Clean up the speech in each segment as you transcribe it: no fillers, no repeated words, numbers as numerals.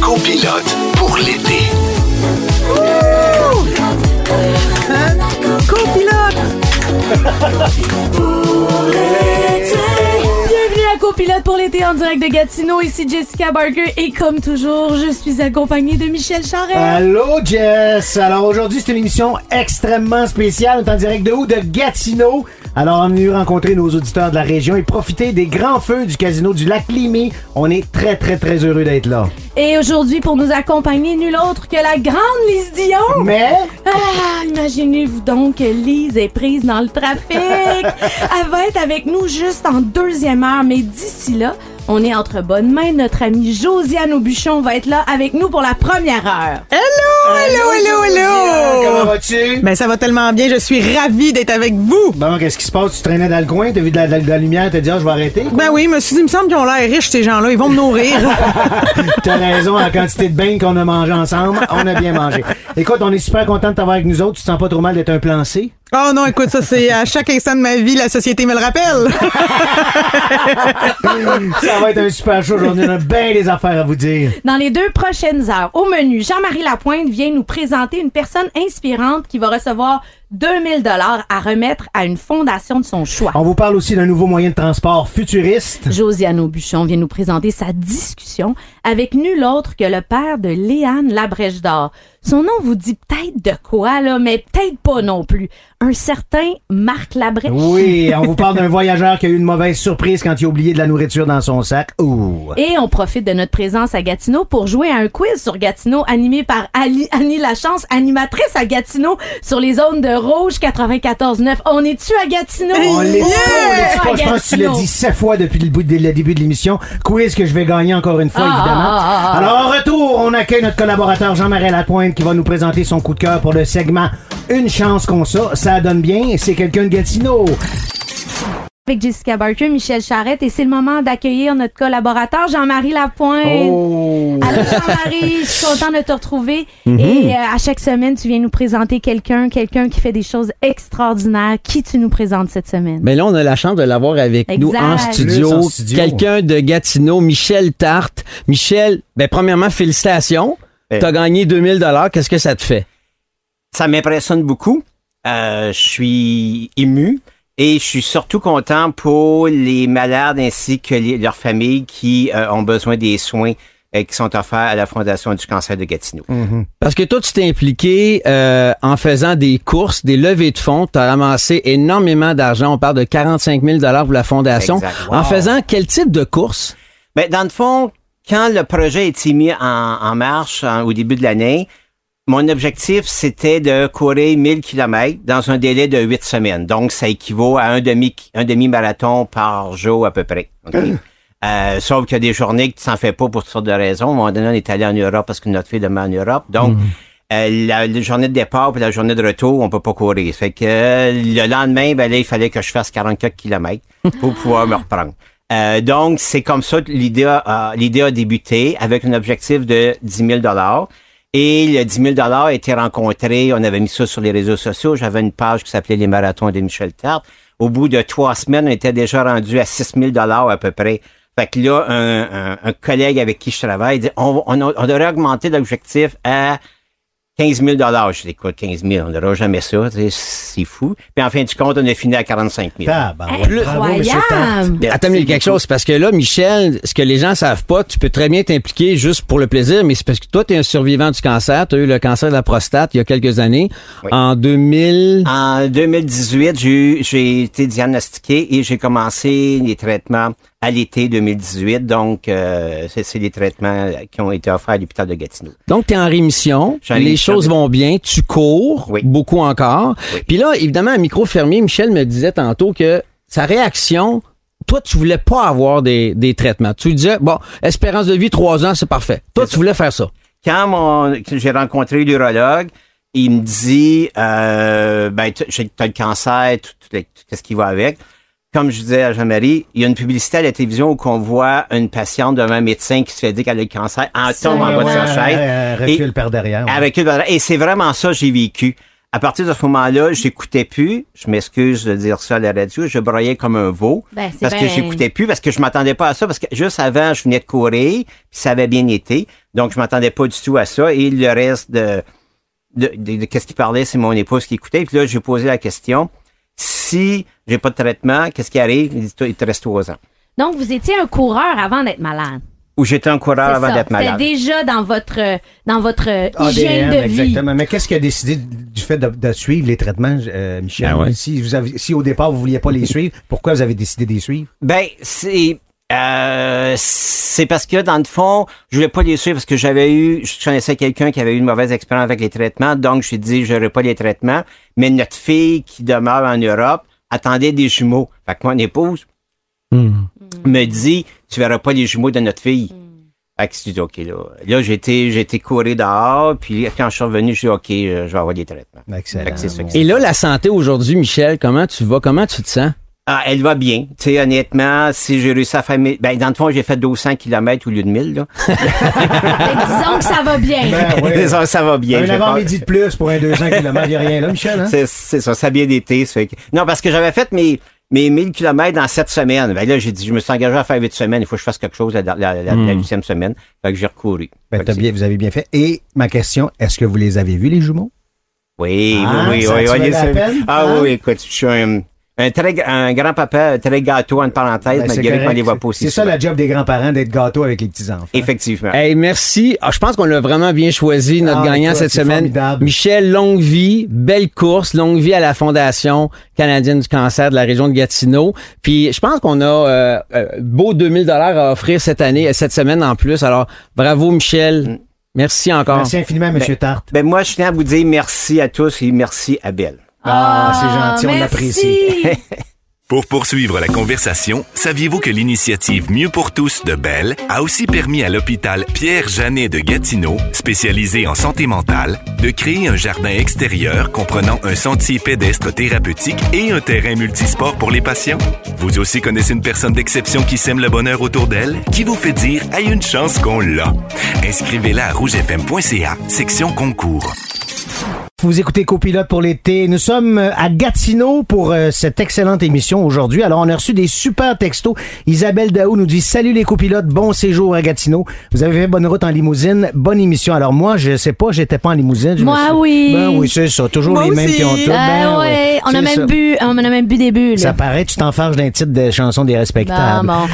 copilote pour l'été. Copilote! Bienvenue à Copilote pour l'été en direct de Gatineau. Ici Jessica Barker et comme toujours, je suis accompagnée de Michel Charest. Allô Jess! Alors aujourd'hui, c'est une émission extrêmement spéciale. On est en direct de où? De Gatineau. Alors on est venu rencontrer nos auditeurs de la région et profiter des grands feux du casino du lac Limay. On est très heureux d'être là. Et aujourd'hui, pour nous accompagner, nul autre que la grande Lise Dion. Mais... imaginez-vous donc que Lise est prise dans le trafic. Elle va être avec nous juste en deuxième heure, mais d'ici là, on est entre bonnes mains. Notre amie Josiane Aubuchon va être là avec nous pour la première heure. Hello! Comment vas-tu? Ben ça va tellement bien, je suis ravie d'être avec vous. Bon, qu'est-ce qui se passe? Tu traînais dans le coin, t'as vu de la lumière, t'as dit je vais arrêter? Ben oui, me suis dit, il me semble qu'ils ont l'air riches ces gens-là, ils vont me nourrir. T'as raison, la quantité de bains qu'on a mangé ensemble, on a bien mangé. Écoute, on est super content de t'avoir avec nous autres. Tu te sens pas trop mal d'être un plan C? Oh non, écoute, ça c'est à chaque instant de ma vie, la société me le rappelle. Ça va être un super show aujourd'hui, on a bien des affaires à vous dire. Dans les 2 prochaines heures, au menu, Jean-Marie Lapointe vient nous présenter une personne inspirante qui va recevoir 2000 $ à remettre à une fondation de son choix. On vous parle aussi d'un nouveau moyen de transport futuriste. Josiane Aubuchon vient nous présenter sa discussion avec nul autre que le père de Léane Labrèche d'Or. Son nom vous dit peut-être de quoi, là, mais peut-être pas non plus. Un certain Marc Labrèche. Oui, on vous parle d'un voyageur qui a eu une mauvaise surprise quand il a oublié de la nourriture dans son sac. Ouh. Et on profite de notre présence à Gatineau pour jouer à un quiz sur Gatineau animé par Annie Lachance, animatrice à Gatineau sur les zones de Rouge 94.9. On est-tu à Gatineau? On l'est pas. Je pense que tu l'as Gatineau. dit 7 fois depuis le début de l'émission. Quiz que je vais gagner encore une fois, évidemment. Alors, en retour, on accueille notre collaborateur Jean-Marie Lapointe qui va nous présenter son coup de cœur pour le segment Une chance qu'on ça donne bien. C'est quelqu'un de Gatineau. Avec Jessica Barker, Michel Charest, et c'est le moment d'accueillir notre collaborateur Jean-Marie Lapointe. Oh. Allô Jean-Marie, je suis contente de te retrouver. Et à chaque semaine, tu viens nous présenter quelqu'un qui fait des choses extraordinaires. Qui tu nous présentes cette semaine? Mais là, on a la chance de l'avoir avec Exact. nous en studio. En studio. Quelqu'un de Gatineau, Michel Tarte. Michel, premièrement, félicitations. T'as gagné 2000 $. Qu'est-ce que ça te fait? Ça m'impressionne beaucoup. Je suis ému et je suis surtout content pour les malades ainsi que leurs familles qui ont besoin des soins qui sont offerts à la Fondation du cancer de Gatineau. Parce que toi, tu t'es impliqué en faisant des courses, des levées de fonds. Tu as ramassé énormément d'argent. On parle de 45 000 $ pour la Fondation. Exact. En faisant quel type de course? Ben, dans le fond, quand le projet a été mis en marche au début de l'année, mon objectif, c'était de courir 1000 km dans un délai de 8 semaines. Donc, ça équivaut à un demi-marathon par jour à peu près. Okay? Sauf qu'il y a des journées que tu s'en fais pas pour toutes sortes de raisons. À un moment donné, on est allé en Europe parce que notre fille demeure en Europe. Donc, la journée de départ et la journée de retour, on peut pas courir. Fait que le lendemain, là, il fallait que je fasse 44 km pour pouvoir me reprendre. Donc, c'est comme ça que l'idée a débuté avec un objectif de 10 000 $. Et le 10 000 $ a été rencontré. On avait mis ça sur les réseaux sociaux. J'avais une page qui s'appelait Les Marathons de Michel Tarte. Au bout de 3 semaines, on était déjà rendu à 6 000 $ à peu près. Fait que là, un collègue avec qui je travaille dit on devrait augmenter l'objectif à 15 000 $. Je dis, écoute, 15 000, on n'aura jamais ça, c'est fou. Puis en fin de compte, on a fini à 45 000. Incroyable! Attends, il y a quelque chose. Parce que là, Michel, ce que les gens savent pas, tu peux très bien t'impliquer juste pour le plaisir, mais c'est parce que toi, tu es un survivant du cancer. Tu as eu le cancer de la prostate il y a quelques années. Oui. En 2018, j'ai été diagnostiqué et j'ai commencé les traitements à l'été 2018. Donc, c'est les traitements qui ont été offerts à l'hôpital de Gatineau. Donc, tu es en rémission. Les choses vont bien. Tu cours beaucoup encore. Oui. Puis là, évidemment, à micro fermé, Michel me disait tantôt que sa réaction, toi, tu voulais pas avoir des traitements. Tu lui disais, bon, espérance de vie 3 ans, c'est parfait. Toi, tu voulais faire ça. Quand j'ai rencontré l'urologue, il me dit, t'as le cancer, tout ce qui va avec. Comme je disais à Jean-Marie, il y a une publicité à la télévision où on voit une patiente devant un médecin qui se fait dire qu'elle a le cancer, en tombe en bas de sa chaise. Elle recule par derrière. Elle recule par derrière. Et c'est vraiment ça que j'ai vécu. À partir de ce moment-là, j'écoutais plus. Je m'excuse de dire ça à la radio. Je broyais comme un veau. Parce que j'écoutais plus, parce que je m'attendais pas à ça. Parce que juste avant, je venais de courir, puis ça avait bien été. Donc, je m'attendais pas du tout à ça. Et le reste de qu'est-ce qu'il parlait, c'est mon épouse qui écoutait. Puis là, j'ai posé la question. Si j'ai pas de traitement, qu'est-ce qui arrive? Il dit, il te reste 3 ans. Donc, vous étiez un coureur avant d'être malade. Ou j'étais un coureur avant d'être malade. C'était déjà dans votre hygiène de vie. Exactement. Mais qu'est-ce qui a décidé du fait de suivre les traitements, Michel? Ah ouais. Si au départ, vous vouliez pas les suivre, pourquoi vous avez décidé de les suivre? Ben, c'est parce que, dans le fond, je voulais pas les suivre parce que je connaissais quelqu'un qui avait eu une mauvaise expérience avec les traitements, donc je lui ai dit, j'aurais pas les traitements, mais notre fille qui demeure en Europe attendait des jumeaux. Fait que mon épouse me dit, tu verras pas les jumeaux de notre fille. Fait que je dis, OK, là, j'ai été courir dehors, puis quand je suis revenu, je dis, OK, je vais avoir des traitements. Excellent. Fait que c'est ça. Et là, la santé aujourd'hui, Michel, comment tu vas? Comment tu te sens? Ah, elle va bien. Tu sais, honnêtement, si j'ai réussi à faire dans le fond, j'ai fait 1200 km au lieu de 1000, là. Disons que ça va bien. Ben, oui. Disons que ça va bien. Un avant-midi de plus pour un 200 km, il n'y a rien là, Michel, hein? C'est ça, ça a bien été. Non, parce que j'avais fait mes 1000 km dans 7 semaines. Ben là, j'ai dit, je me suis engagé à faire 8 semaines. Il faut que je fasse quelque chose la 8e semaine. Fait que j'ai recouru. Ben, vous avez bien fait. Et ma question, est-ce que vous les avez vus, les jumeaux? Oui. Oui, écoute, je suis un grand-papa très gâteau, entre parenthèses, malgré qu'on les voit pas aussi. C'est ça la job des grands-parents, d'être gâteau avec les petits-enfants. Effectivement. Hey, merci. Je pense qu'on l'a vraiment bien choisi, notre gagnant cette semaine. Formidable. Michel, longue vie, belle course, longue vie à la Fondation canadienne du cancer de la région de Gatineau. Puis je pense qu'on a beau 2000 $ à offrir cette semaine en plus. Alors, bravo Michel. Merci encore. Merci infiniment, M. Tarte. Ben moi, je tiens à vous dire merci à tous et merci à Belle. C'est gentil, on l'apprécie. Pour poursuivre la conversation, saviez-vous que l'initiative Mieux pour tous de Bell a aussi permis à l'hôpital Pierre-Janet de Gatineau, spécialisé en santé mentale, de créer un jardin extérieur comprenant un sentier pédestre thérapeutique et un terrain multisport pour les patients? Vous aussi connaissez une personne d'exception qui sème le bonheur autour d'elle, qui vous fait dire « Aïe, une chance qu'on l'a ». Inscrivez-la à rougefm.ca, section concours. Vous écoutez Copilote pour l'été. Nous sommes à Gatineau pour cette excellente émission aujourd'hui. Alors, on a reçu des super textos. Isabelle Daou nous dit « Salut les copilotes, bon séjour à Gatineau. Vous avez fait bonne route en limousine, bonne émission. » Alors moi, je sais pas, j'étais pas en limousine. Oui. Ben oui, c'est ça. Toujours Moi les mêmes aussi. qui ont tout. Ben oui. oui. On a même bu des bulles. Ça paraît, tu t'enfarges d'un titre de chanson des respectables. Bon.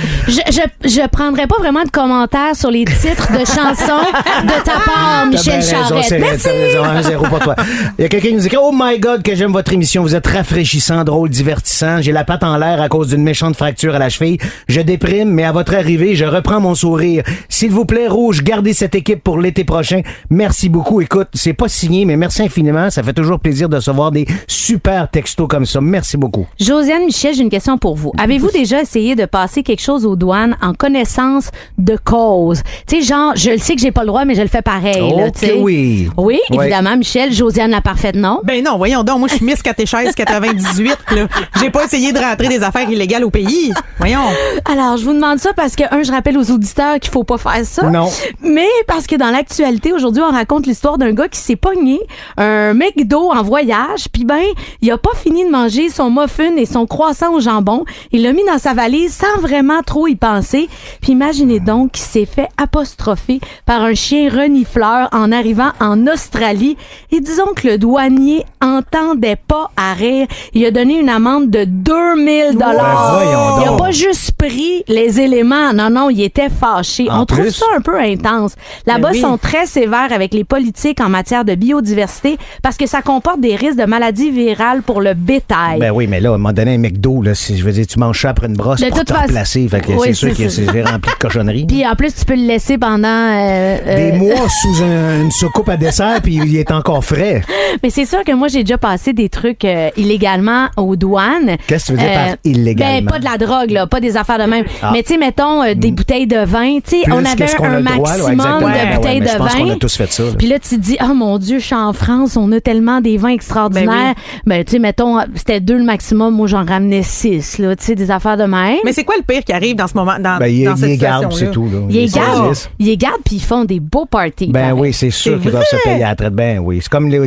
Je prendrai pas vraiment de commentaires sur les titres de chansons de ta part, Michel Charette. Merci. T'as raison, 1-0 pour toi. Il y a quelqu'un qui nous dit « Oh my God, que j'aime votre émission. Vous êtes rafraîchissant, drôle, divertissant. J'ai la patte en l'air à cause d'une méchante fracture à la cheville. Je déprime, mais à votre arrivée, je reprends mon sourire. S'il vous plaît, Rouge, gardez cette équipe pour l'été prochain. Merci beaucoup. Écoute, c'est pas signé, mais merci infiniment. Ça fait toujours plaisir de recevoir des super textos comme ça. Merci beaucoup. Josiane Michel, j'ai une question pour vous. Avez-vous déjà essayé de passer quelque chose aux douanes en connaissance de cause? Tu sais, genre, je le sais que j'ai pas le droit, mais je le fais pareil. Là, Ok, oui. Oui, évidemment, Michel. Josiane la parfaite, non? Ben non, voyons donc, moi je suis Miss Catéchèse 98, là. J'ai pas essayé de rentrer des affaires illégales au pays. Voyons. Alors, je vous demande ça parce que, je rappelle aux auditeurs qu'il faut pas faire ça. Non. Mais parce que dans l'actualité, aujourd'hui, on raconte l'histoire d'un gars qui s'est pogné un McDo en voyage, puis il a pas fini de manger son muffin et son croissant au jambon. Il l'a mis dans sa valise sans vraiment trop y penser. Puis imaginez donc qu'il s'est fait apostropher par un chien renifleur en arrivant en Australie. Et disons que le douanier entendait pas à rire. Il a donné une amende de 2000 $. voyons Il a donc. pas juste pris les éléments. Non, il était fâché. En On trouve plus. ça un peu intense. Là-bas, Ben oui. ils sont très sévères avec les politiques en matière de biodiversité parce que ça comporte des risques de maladies virales pour le bétail. Ben oui, mais là, à un moment donné, un McDo, là, je veux dire, tu manges ça après une brosse De pour toute te façon- replacer. Fait que Oui, c'est sûr c'est que ça. c'est rempli de cochonneries. Puis en plus, tu peux le laisser pendant... Des mois sous une soucoupe à dessert, puis il est encore frais. Mais c'est sûr que moi, j'ai déjà passé des trucs illégalement aux douanes. Qu'est-ce que tu veux dire par illégalement? Ben, pas de la drogue, là, pas des affaires de même. Ah. Mais tu sais, mettons, des bouteilles de vin. Tu sais, Plus on avait qu'est-ce qu'on a un le droit, là, maximum exactement. de Ben bouteilles ouais, mais de je pense vin. qu'on a tous fait ça, là. Puis là, tu te dis, oh mon Dieu, je suis en France, on a tellement des vins extraordinaires. Ben, tu sais, mettons, c'était 2 le maximum. Moi, j'en ramenais 6, là, tu sais, des affaires de même. Mais c'est quoi le pire qui arrive dans ce moment, dans Ben, dans cette il garde, situation-là? c'est tout. Là. Ils les gardent, service. ils les gardent, puis ils font des beaux parties. Ben pareil. oui, c'est sûr C'est qu'ils doivent se vrai? payer à la traite. Ben oui. C'est comme les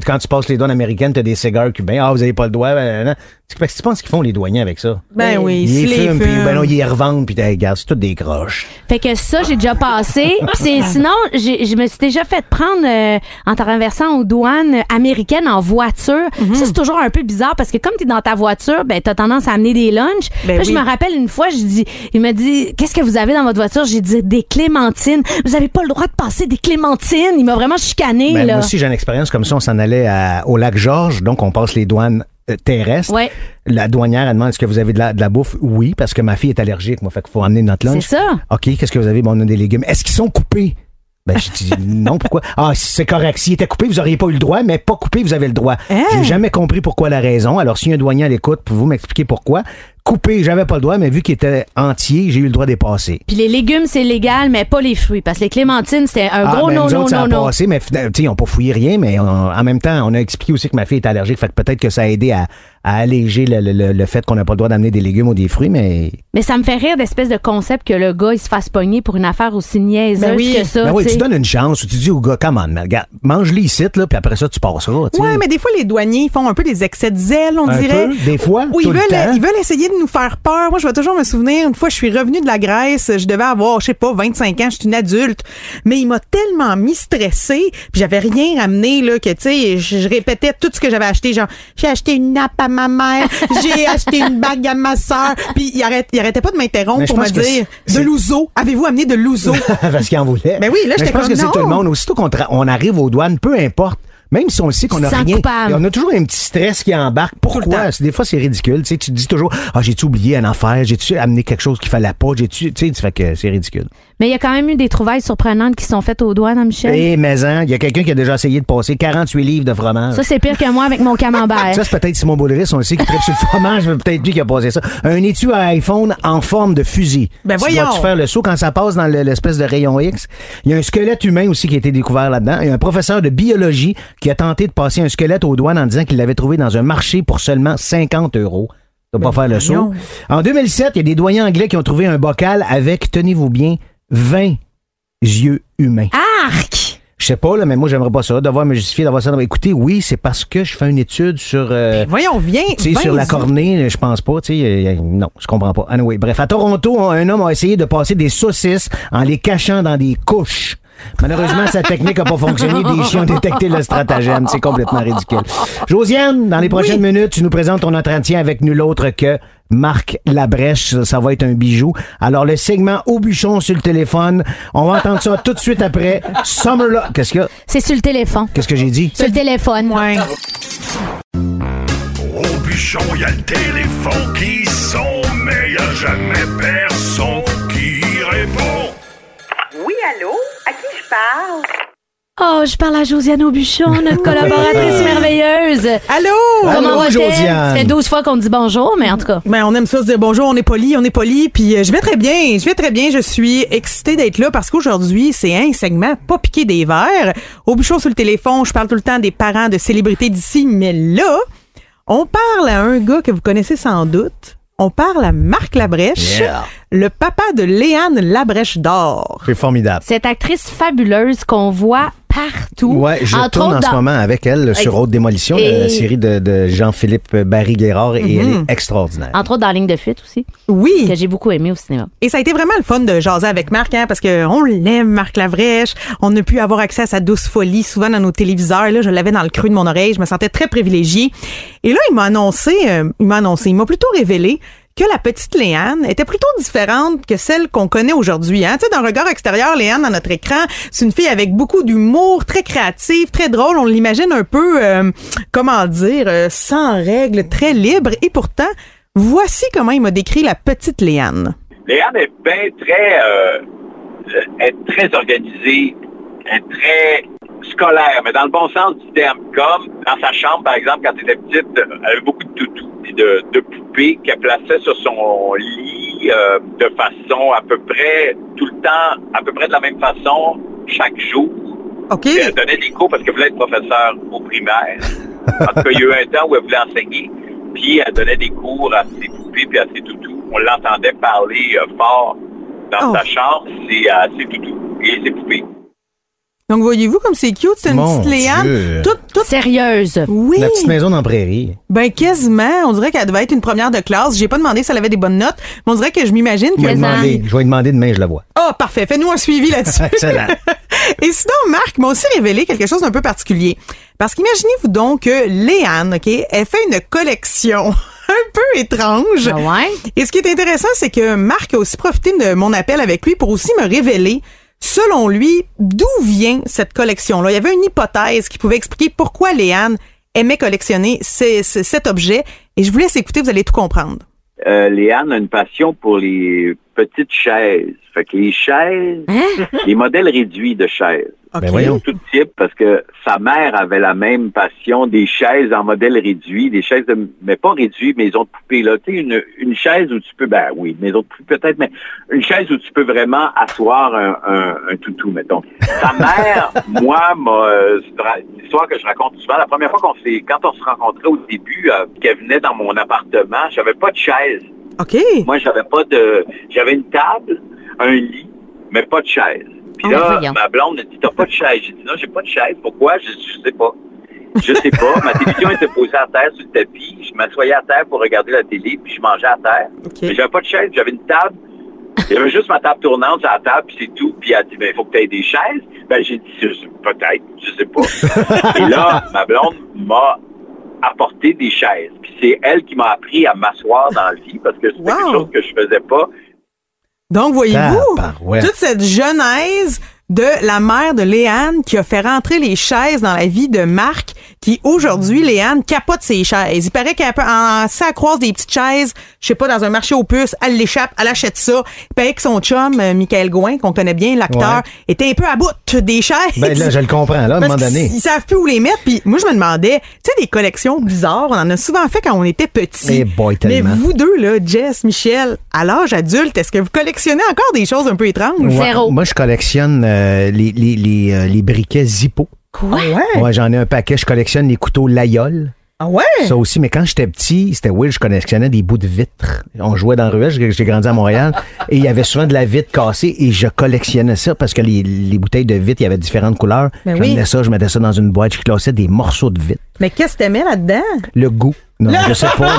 quand tu passes les douanes américaines, t'as des cigares cubains. Ah, vous avez pas le droit. Qu'est-ce que tu penses qu'ils font, les douaniers, avec ça? Ben oui, ils les fument, puis fument. non, ils les revendent, puis regarde, c'est toutes des croches. Fait que ça, j'ai déjà passé. Sinon, je me suis déjà fait prendre en traversant aux douanes américaines en voiture. Ça, c'est toujours un peu bizarre parce que comme t'es dans ta voiture, ben t'as tendance à amener des lunchs. Ben Puis je me rappelle une fois, il m'a dit, qu'est-ce que vous avez dans votre voiture? J'ai dit, des clémentines. Vous avez pas le droit de passer des clémentines. Il m'a vraiment chicané, Ben, là. moi aussi, j'ai une expérience comme ça. On s'en allait au lac Georges, donc on passe les douanes terrestres. Ouais. La douanière, elle demande, est-ce que vous avez de la bouffe? Oui, parce que ma fille est allergique. Moi, fait qu'il faut emmener notre lunch. C'est ça. OK, qu'est-ce que vous avez? Bon, on a des légumes. Est-ce qu'ils sont coupés? Ben, je dis non, pourquoi? Ah, c'est correct. S'ils étaient coupés, vous n'auriez pas eu le droit, mais pas coupés, vous avez le droit. J'ai jamais compris pourquoi la raison. Alors, si un douanier à l'écoute, pouvez-vous m'expliquer pourquoi? Coupé, j'avais pas le droit, mais vu qu'il était entier, j'ai eu le droit de les passer. Puis les légumes, c'est légal, mais pas les fruits. Parce que les clémentines, c'était un gros ben, non. Ça a passé, mais ils n'ont pas fouillé rien, mais en même temps, on a expliqué aussi que ma fille est allergique, fait que peut-être que ça a aidé à alléger le fait qu'on n'a pas le droit d'amener des légumes ou des fruits, mais... Mais ça me fait rire d'espèce de concept que le gars, il se fasse pogner pour une affaire aussi niaiseuse que ça. Ben oui, t'sais. tu donnes une chance, tu dis au gars, come on, regarde, mange-les ici, là, puis après ça, tu passeras. t'sais. Ouais, mais des fois, les douaniers font un peu des excès de zèle, on Un dirait. peu, des fois, Ou tout le temps. ils veulent essayer de nous faire peur. Moi, je vais toujours me souvenir, une fois, je suis revenue de la Grèce, je devais avoir, je sais pas, 25 ans, je suis une adulte, mais il m'a tellement mis stressée, puis j'avais rien ramené, là, que, tu sais, je répétais tout ce que j'avais acheté, genre, j'ai acheté une nappe à ma mère, j'ai acheté une bague à ma sœur, puis il arrêtait pas de m'interrompre Mais je pour me pense que dire, c'est- de l'ouzo, avez-vous amené de l'ouzo? Parce qu'il en voulait. Ben oui, là, Mais j'étais je pense comme, que c'est non. tout le monde. Aussitôt on arrive aux douanes, peu importe. Même si on le sait qu'on Tu n'a te sens rien, coupable. on a toujours un petit stress qui embarque. Tout le Pourquoi? temps. Des fois, c'est ridicule. Tu sais, tu te dis toujours, j'ai-tu oublié une affaire? J'ai-tu amené quelque chose qu'il fallait pas? Tu sais, fait que c'est ridicule. Mais il y a quand même eu des trouvailles surprenantes qui sont faites aux douanes, hein, Michel? Et mais il y a quelqu'un qui a déjà essayé de passer 48 livres de fromage. Ça, c'est pire que moi avec mon camembert. Ça, c'est peut-être Simon Baudris, on le sait, qui tripe sur le fromage, mais peut-être lui qui a passé ça. Un étui à iPhone en forme de fusil. Ben Tu voyons. dois-tu faire le saut quand ça passe dans l'espèce de rayon X? Il y a un squelette humain aussi qui a été découvert là-dedans. Il y a un professeur de biologie qui a tenté de passer un squelette aux douanes en disant qu'il l'avait trouvé dans un marché pour seulement 50 €. Tu dois pas faire le saut. voyons. En 2007, il y a des douaniers anglais qui ont trouvé un bocal avec, tenez-vous bien, 20 yeux humains. Arc! Je sais pas, là, mais moi, j'aimerais pas ça, devoir me justifier d'avoir ça. Écoutez, oui, c'est parce que je fais une étude sur... Voyons, viens. Tu sais, sur la cornée, je pense pas, tu sais, non, je comprends pas. Anyway, bref, à Toronto, un homme a essayé de passer des saucisses en les cachant dans des couches. Malheureusement, sa technique n'a pas fonctionné. Des chiens ont détecté le stratagème. C'est complètement ridicule. Josiane, dans les prochaines minutes, tu nous présentes ton entretien avec nul autre que Marc Labrèche. Ça va être un bijou. Alors, le segment Aubuchon sur le téléphone, on va entendre ça tout de suite après. Summer Love. Qu'est-ce qu'il y a? C'est sur le téléphone. Qu'est-ce que j'ai dit? Sur le téléphone. Ouais. Aubuchon, y a le téléphone qui sonne, mais y a jamais personne qui répond. Oui, allô? À qui je parle? Oh, je parle à Josiane Aubuchon, notre collaboratrice merveilleuse. Allô? Comment Allô, va-t-elle? Josiane. Ça fait 12 fois qu'on dit bonjour, mais en tout cas. Ben, on aime ça se dire bonjour, on est poli, puis je vais très bien, je suis excitée d'être là parce qu'aujourd'hui, c'est un segment pas piqué des verres. Aubuchon sur le téléphone, je parle tout le temps des parents de célébrités d'ici, mais là, on parle à un gars que vous connaissez sans doute. On parle à Marc Labrèche, Yeah. le papa de Léane Labrèche d'Or. C'est formidable. Cette actrice fabuleuse qu'on voit partout. Ouais, je Entre tourne autres en ce dans- moment avec elle sur Haute Démolition, Et- la série de Jean-Philippe Barry-Guérard, et elle est extraordinaire. Entre autres dans Ligne de fuite aussi, Oui. que j'ai beaucoup aimé au cinéma. Et ça a été vraiment le fun de jaser avec Marc, hein, parce qu'on l'aime, Marc Labrèche. On a pu avoir accès à sa douce folie souvent dans nos téléviseurs. Là, je l'avais dans le creux de mon oreille. Je me sentais très privilégiée. Et là, il m'a plutôt révélé que la petite Léane était plutôt différente que celle qu'on connaît aujourd'hui. Hein? Tu sais, d'un regard extérieur, Léane, dans notre écran, c'est une fille avec beaucoup d'humour, très créative, très drôle. On l'imagine un peu, sans règles, très libre. Et pourtant, voici comment il m'a décrit la petite Léane. Léane est bien est très organisée, est très scolaire, mais dans le bon sens du terme. Comme dans sa chambre, par exemple, quand elle était petite, elle avait beaucoup de toutous et de poupées qu'elle plaçait sur son lit de façon à peu près tout le temps, à peu près de la même façon chaque jour. OK. Et elle donnait des cours parce qu'elle voulait être professeure au primaire. En tout cas, il y a eu un temps où elle voulait enseigner. Puis elle donnait des cours à ses poupées puis à ses toutous. On l'entendait parler fort dans sa chambre, c'est à ses toutous et ses poupées. Donc, voyez-vous comme c'est cute, c'est une Mon petite Léane. Dieu. Toute Sérieuse. oui. La petite maison dans la prairie. Ben, quasiment. On dirait qu'elle devait être une première de classe. J'ai pas demandé si elle avait des bonnes notes, mais on dirait que je m'imagine Je vais que... lui demander demain, je la vois. Ah, parfait. Fais-nous un suivi là-dessus. Excellent. Et sinon, Marc m'a aussi révélé quelque chose d'un peu particulier. Parce qu'imaginez-vous donc que Léane, OK, elle fait une collection un peu étrange. Ah ouais? Et ce qui est intéressant, c'est que Marc a aussi profité de mon appel avec lui pour aussi me révéler, selon lui, d'où vient cette collection-là. Il y avait une hypothèse qui pouvait expliquer pourquoi Léane aimait collectionner cet objet. Et je vous laisse écouter, vous allez tout comprendre. Léane a une passion pour les petites chaises. Fait que les chaises, les modèles réduits de chaises. OK. Ben voyons. Tout type, parce que sa mère avait la même passion des chaises en modèle réduit, des chaises mais pas réduites, maison de poupée, là. Tu sais, une chaise où tu peux, ben oui, maison de poupée peut-être, mais une chaise où tu peux vraiment asseoir un toutou, mettons. Sa mère, moi, l'histoire que je raconte souvent, la première fois quand on se rencontrait au début, qu'elle venait dans mon appartement, j'avais pas de chaise. OK. Moi, j'avais une table, un lit, mais pas de chaise. Puis là, ma blonde me dit, t'as pas de chaise. J'ai dit, non, j'ai pas de chaise. Pourquoi? Je sais pas. Je sais pas. Ma télévision était posée à terre sur le tapis. Je m'assoyais à terre pour regarder la télé, puis je mangeais à terre. Okay. Mais j'avais pas de chaise. J'avais une table. Il y avait juste ma table tournante sur la table, puis c'est tout. Puis elle a dit, ben, il faut que tu aies des chaises. Ben, j'ai dit, peut-être, je sais pas. Et là, ma blonde m'a apporté des chaises. Puis c'est elle qui m'a appris à m'asseoir dans le lit, parce que c'était quelque chose que je faisais pas. Donc, voyez-vous, ouais. toute cette genèse de la mère de Léane qui a fait rentrer les chaises dans la vie de Marc, qui aujourd'hui, Léane, capote ses chaises. Il paraît qu'elle peut ça croise des petites chaises, je sais pas, dans un marché aux puces, elle l'échappe, elle achète ça. Il paraît que son chum, Michael Gouin, qu'on connaît bien, l'acteur, était un peu à bout des chaises. Ben là, je le comprends, là, à un moment donné. Ils savent plus où les mettre. Puis moi, je me demandais, tu sais, des collections bizarres, on en a souvent fait quand on était petits. Eh boy, mais tellement. vous deux, là, Jess, Michel, à l'âge adulte, est-ce que vous collectionnez encore des choses un peu étranges? Ouais, Zéro. moi, je collectionne les briquets Zippo. Quoi? Ouais. Ouais, j'en ai un paquet. Je collectionne les couteaux Layol. Ah ouais? Ça aussi, mais quand j'étais petit, c'était weird, je collectionnais des bouts de vitre. On jouait dans la ruelle, j'ai grandi à Montréal, et il y avait souvent de la vitre cassée, et je collectionnais ça parce que les bouteilles de vitre, il y avait différentes couleurs. Ben J'amenais oui. ça, je mettais ça dans une boîte, je classais des morceaux de vitre. Mais qu'est-ce que t'aimais là-dedans? Le goût. Non, je sais pas.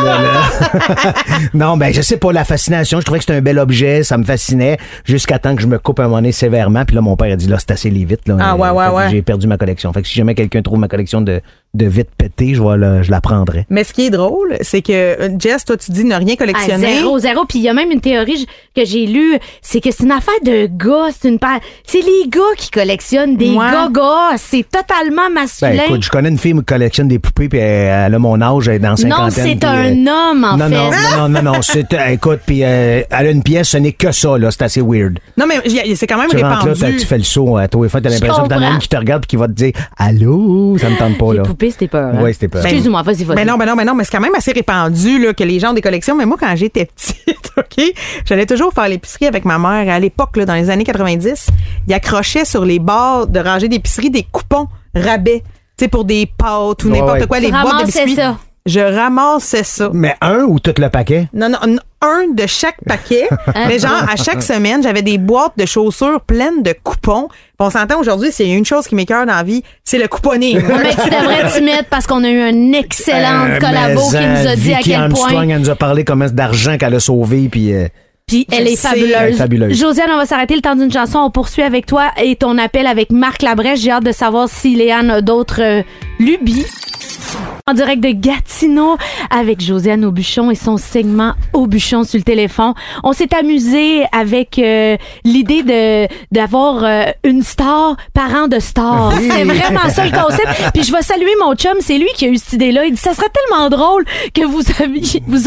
Non, ben je sais pas, la fascination. Je trouvais que c'était un bel objet, ça me fascinait, jusqu'à temps que je me coupe un moment donné sévèrement. Puis là, mon père a dit, là, c'est assez les vitres. Là. Ah ouais, Fait que ouais. j'ai perdu ma collection. Fait que si jamais quelqu'un trouve ma collection de vitres pétées, je la prendrais. Mais ce qui est drôle, c'est que, Jess, toi, tu dis ne rien collectionner. Zéro. Puis il y a même une théorie que j'ai lue, c'est que c'est une affaire de gars. C'est les gars qui collectionnent des gars. C'est totalement masculin. Ben écoute, je connais une fille qui collectionne des poupées, puis elle a mon âge, elle est dans cinquantaine. Non, c'est puis, un homme, en fait. Non, écoute, puis elle a une pièce, ce n'est que ça, là, c'est assez weird. Non, mais c'est quand même Tu rentres répandu. là, tu fais le saut à toi et fois, t'as l'impression que t'en as comprends. une qui te regarde et qui va te dire « Allô? » Ça me tente pas, là. Les poupées, c'était peur. Oui, c'était peur. Excuse-moi, vas-y. Ben non, mais c'est quand même assez répandu là, que les gens ont des collections. Mais moi, quand j'étais petite, OK, j'allais toujours faire l'épicerie avec ma mère. À l'époque, là, dans les années 90, il accrochait sur les barres de rangée d'épicerie des coupons rabais. Tu sais, pour des pâtes ou n'importe quoi, les boîtes de biscuits. Ça. Je ramassais ça. Mais un ou tout le paquet? Non, un de chaque paquet. Mais genre, à chaque semaine, j'avais des boîtes de chaussures pleines de coupons. Puis on s'entend aujourd'hui, s'il y a une chose qui m'écoeure dans la vie, c'est le couponning. Mais tu devrais t'y mettre parce qu'on a eu un excellent collabo qui nous a dit à Vicky quel Armstrong, point... elle nous a parlé comment d'argent qu'elle a sauvé, puis... Puis elle est fabuleuse. Elle est fabuleuse. Josiane, on va s'arrêter le temps d'une chanson. On poursuit avec toi et ton appel avec Marc Labrèche. J'ai hâte de savoir si Léane a d'autres lubies. En direct de Gatineau avec Josiane Aubuchon et son segment Aubuchon sur le téléphone. On s'est amusé avec l'idée d'avoir une star, parent de star. Oui. C'est vraiment ça le concept. Puis je vais saluer mon chum, c'est lui qui a eu cette idée-là. Il dit ça serait tellement drôle que vous aurez,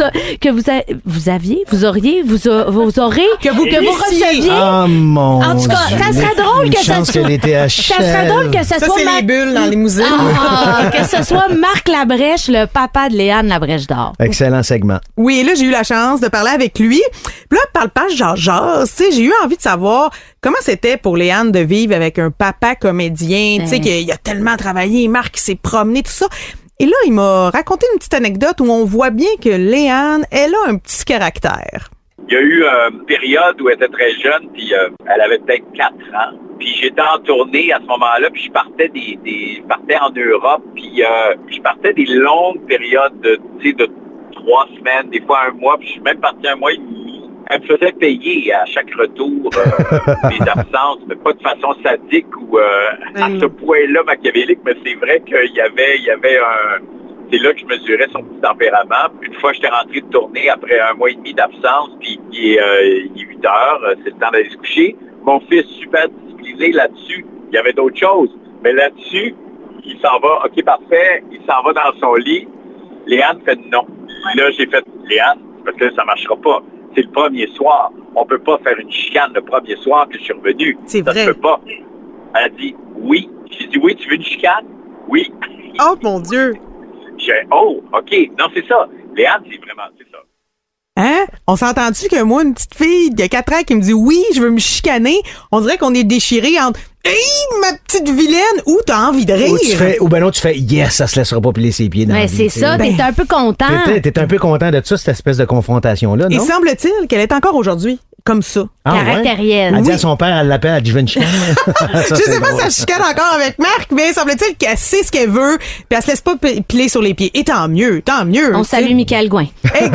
que vous receviez. Oh mon En tout cas, ça serait drôle que ça soit. Ça serait drôle que Ça, c'est les bulles dans les limousines. que ce soit Marc Labrèche, le papa de Léane Labrèche d'Or. Excellent segment. Oui, et là, j'ai eu la chance de parler avec lui. Puis là, par le page jase, tu sais, j'ai eu envie de savoir comment c'était pour Léane de vivre avec un papa comédien, tu sais, qu'il a tellement travaillé, Marc s'est promené, tout ça. Et là, il m'a raconté une petite anecdote où on voit bien que Léane, elle a un petit caractère. Il y a eu une période où elle était très jeune, puis elle avait peut-être 4 ans. Puis j'étais en tournée à ce moment-là, puis je partais en Europe, puis je partais des longues périodes de 3 semaines, des fois 1 mois, puis je suis même parti 1 mois et demi. Elle me faisait payer à chaque retour mes absences, mais pas de façon sadique ou à ce point-là machiavélique, mais c'est vrai qu'il y avait un... C'est là que je mesurais son petit tempérament. Une fois, j'étais rentré de tournée après 1 mois et demi d'absence, puis il est 8 heures, c'est le temps d'aller se coucher. Mon fils, super discipliné là-dessus, il y avait d'autres choses. Mais là-dessus, il s'en va, OK, parfait, il s'en va dans son lit. Léane fait non. Là, j'ai fait, Léane, parce que ça marchera pas. C'est le premier soir. On peut pas faire une chicane le premier soir que je suis revenu. C'est ça vrai. se peut pas. Elle a dit oui. J'ai dit oui, tu veux une chicane? Oui. Oh, mon Dieu! Oh, OK. Non, c'est ça. Léane, c'est ça. Hein? On s'est entendu que moi, une petite fille de 4 ans qui me dit oui, je veux me chicaner, on dirait qu'on est déchiré entre hey, ma petite vilaine, ou t'as envie de rire. Ou ben non, tu fais yes, ça se laissera pas piler ses pieds dans la Mais vie, c'est ça, t'es un peu content. T'es un peu content de ça, cette espèce de confrontation-là, non? Et semble-t-il qu'elle est encore aujourd'hui comme ça. Caractérielle. Elle dit à son père, elle l'appelle, elle dit je veux une chicane. Je sais pas si elle chicane encore avec Marc, mais semble-t-il qu'elle sait ce qu'elle veut, puis elle se laisse pas piler sur les pieds. Et tant mieux. On salue Michael Gouin.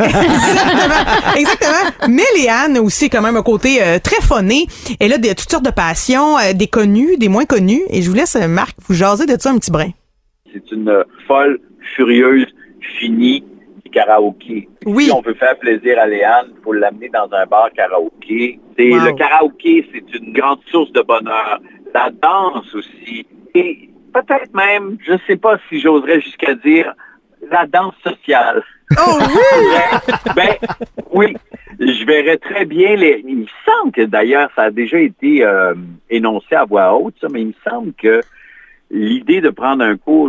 Exactement. Mais Léane aussi quand même un côté très phoné. Elle a toutes sortes de passions, des connus, des moins connus. Et je vous laisse, Marc, vous jaser de ça un petit brin. C'est une folle, furieuse, finie karaoké. Oui. Si on veut faire plaisir à Léane, il faut l'amener dans un bar karaoké. Wow. Le karaoké, c'est une grande source de bonheur. La danse aussi. Et peut-être même, je ne sais pas si j'oserais jusqu'à dire, la danse sociale. Oh oui! Oui. Je verrais très bien il me semble que d'ailleurs, ça a déjà été énoncé à voix haute, ça, mais il me semble que l'idée de prendre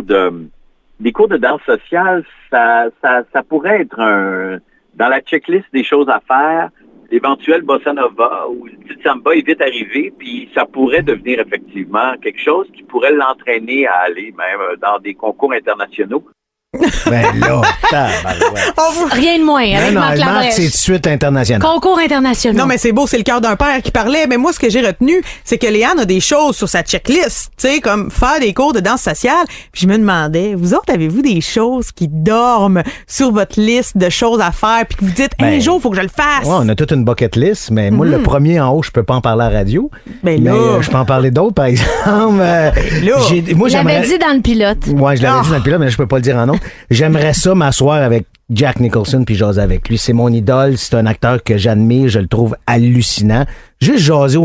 des cours de danse sociale, ça pourrait être dans la checklist des choses à faire, l'éventuel bossa nova ou le petit samba est vite arrivé, puis ça pourrait devenir effectivement quelque chose qui pourrait l'entraîner à aller même dans des concours internationaux. Ben là, Rien de moins. Avec Marc Marc, Labrèche. c'est tout de suite international. Concours international. Non, mais c'est beau, c'est le cœur d'un père qui parlait. Mais moi, ce que j'ai retenu, c'est que Léane a des choses sur sa checklist, tu sais, comme faire des cours de danse sociale. Puis je me demandais, vous autres, avez-vous des choses qui dorment sur votre liste de choses à faire, puis que vous dites, un jour, il faut que je le fasse? Ouais, on a toute une bucket list, mais moi, le premier en haut, je peux pas en parler à la radio. Ben mais là. je peux en parler d'autres, par exemple. Moi, Je l'avais dit dans le pilote. Ouais, je l'avais dit dans le pilote, mais je peux pas le dire en nom. J'aimerais ça m'asseoir avec Jack Nicholson puis jaser avec lui. C'est mon idole, c'est un acteur que j'admire, je le trouve hallucinant. Juste jaser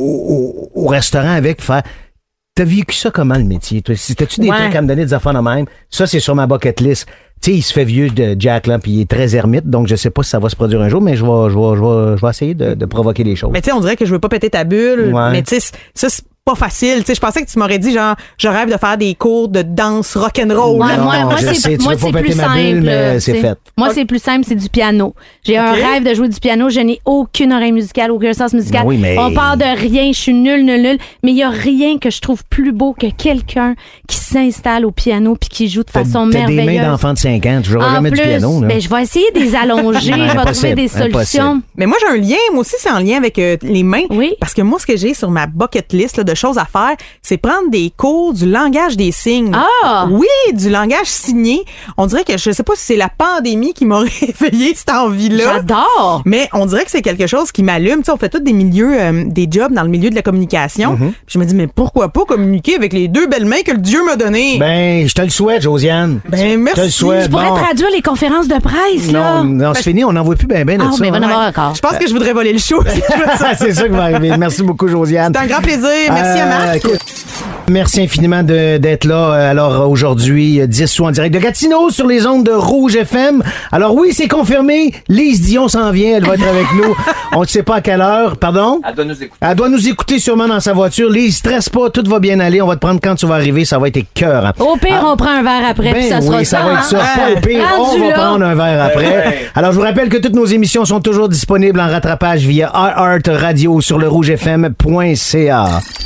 au restaurant avec, faire... T'as vécu ça comment, le métier? T'as-tu des trucs à me donner, des affaires de même? Ça, c'est sur ma bucket list. Tu sais, il se fait vieux de Jack, là, puis il est très ermite, donc je sais pas si ça va se produire un jour, mais je vais essayer de provoquer les choses. Mais tu sais, on dirait que je veux pas péter ta bulle. Ouais. Mais tu sais, ça, c'est pas facile. Tu sais, je pensais que tu m'aurais dit, genre, je rêve de faire des cours de danse rock'n'roll. Ouais, Non, moi je sais, c'est tu veux pas plus péter ma simple. bulle, mais c'est t'sais. fait. Moi, c'est plus simple, c'est du piano. J'ai un rêve de jouer du piano. Je n'ai aucune oreille musicale, aucun sens musical. Oui, mais- On part de rien. Je suis nulle. Mais il y a rien que je trouve plus beau que quelqu'un qui s'installe au piano puis qui joue de façon T'as merveilleuse. des mains d'enfant de 5 ans, tu joueras En jamais plus, du piano. Là. ben, je vais essayer de les allonger. Non, Je vais trouver impossible, des solutions. impossible. Mais moi, j'ai un lien. Moi aussi, c'est en lien avec les mains. Oui. Parce que moi, ce que j'ai sur ma bucket list là, de choses à faire, c'est prendre des cours du langage des signes. Ah! Oui, du langage signé. On dirait que je sais pas si c'est la pandémie qui m'a réveillé cette envie-là. J'adore! Mais on dirait que c'est quelque chose qui m'allume. Tu sais, on fait tous des milieux, des jobs dans le milieu de la communication. Puis je me dis, mais pourquoi pas communiquer avec les deux belles mains que le Dieu m'a données? Ben, je te le souhaite, Josiane. Ben, Je te le merci. souhaite. Tu pourrais Bon. traduire les conférences de presse, là. Non, c'est fini, on n'en voit plus ben de Ah, ça. mais il va en hein. avoir encore. Je pense que je voudrais voler le show. C'est ça qui va arriver. Merci beaucoup, Josiane. C'est un grand plaisir. Merci à Marc. Écoute, merci infiniment d'être là. Alors aujourd'hui, 10 sous en direct de Gatineau sur les ondes de Rouge FM. Alors oui, c'est confirmé. Lise Dion s'en vient. Elle va être avec nous. On ne sait pas à quelle heure. Pardon? Elle doit nous écouter. Elle doit nous écouter sûrement dans sa voiture. Lise, stresse pas. Tout va bien aller. On va te prendre quand tu vas arriver. Ça va être écœurant. Au pire, on prend un verre après, puis ça Ben sera oui, ça va être ça. Pas au pire, Rendu on va là. prendre un verre après. Alors, je vous rappelle que toutes nos émissions sont toujours disponibles en rattrapage via iHeart Radio sur le rougefm.ca.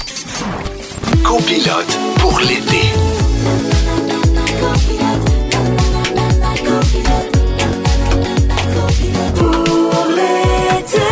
Copilote pour l'été. Pour l'été.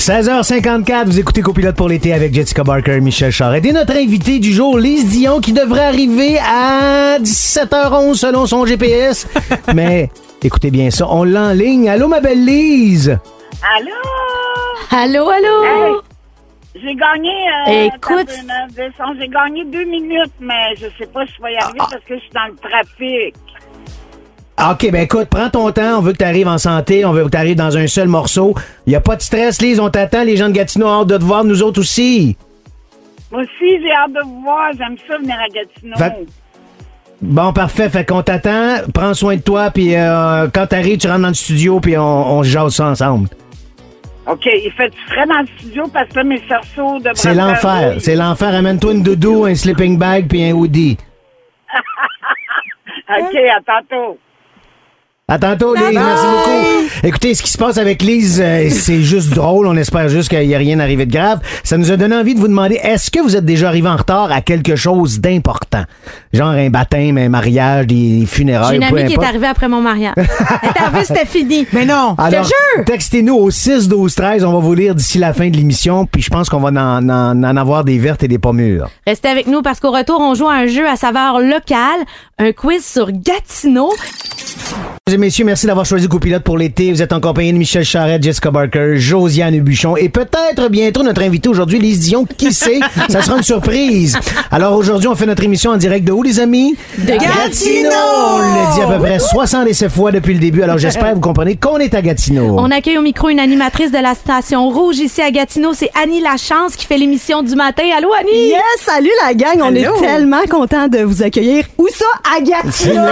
16h54, vous écoutez Copilote pour l'été avec Jessica Barker et Michel Charette. Et notre invité du jour, Lise Dion, qui devrait arriver à 17h11 selon son GPS. Mais écoutez bien ça, on l'a en ligne. Allô, ma belle Lise? Allô? Allô, allô? Hey, j'ai gagné... Écoute... J'ai gagné 2 minutes, mais je sais pas si je vais y arriver parce que je suis dans le trafic. OK, ben écoute, prends ton temps. On veut que tu arrives en santé. On veut que tu arrives dans un seul morceau. Il n'y a pas de stress, Lise. On t'attend. Les gens de Gatineau ont hâte de te voir. Nous autres aussi. Moi aussi, j'ai hâte de vous voir. J'aime ça venir à Gatineau. Bon, parfait. Fait qu'on t'attend. Prends soin de toi. Puis quand t'arrives, tu rentres dans le studio. Puis on jase ça ensemble. OK. Il fait du frais dans le studio parce que là, mes cerceaux de C'est l'enfer. C'est l'enfer. Amène-toi une doudou, un sleeping bag puis un hoodie. OK, à tantôt. À tantôt, Lise. Merci beaucoup. Écoutez, ce qui se passe avec Lise, c'est juste drôle. On espère juste qu'il n'y a rien arrivé de grave. Ça nous a donné envie de vous demander, est-ce que vous êtes déjà arrivé en retard à quelque chose d'important? Genre un baptême, un mariage, des funérailles, J'ai une amie qui est arrivée après mon mariage. Elle est arrivée, c'était fini. Mais non. Alors, je te jure. textez-nous au 6-12-13. On va vous lire d'ici la fin de l'émission. Puis je pense qu'on va en avoir des vertes et des pas mûres. Restez avec nous parce qu'au retour, on joue à un jeu à saveur locale, un quiz sur Gatineau. Mesdames et messieurs, merci d'avoir choisi Copilote pour l'été. Vous êtes en compagnie de Michel Charette, Jessica Barker, Josiane Buchon et peut-être bientôt notre invité aujourd'hui, Lise Dion. Qui sait? Ça sera une surprise. Alors aujourd'hui, on fait notre émission en direct de où, les amis? De Gatineau! On le dit à peu près 77 fois depuis le début. Alors j'espère que vous comprenez qu'on est à Gatineau. On accueille au micro une animatrice de la station Rouge ici à Gatineau. C'est Annie Lachance qui fait l'émission du matin. Allô, Annie? Yes! Salut la gang! On est tellement contents de vous accueillir. Où ça? À Gatineau!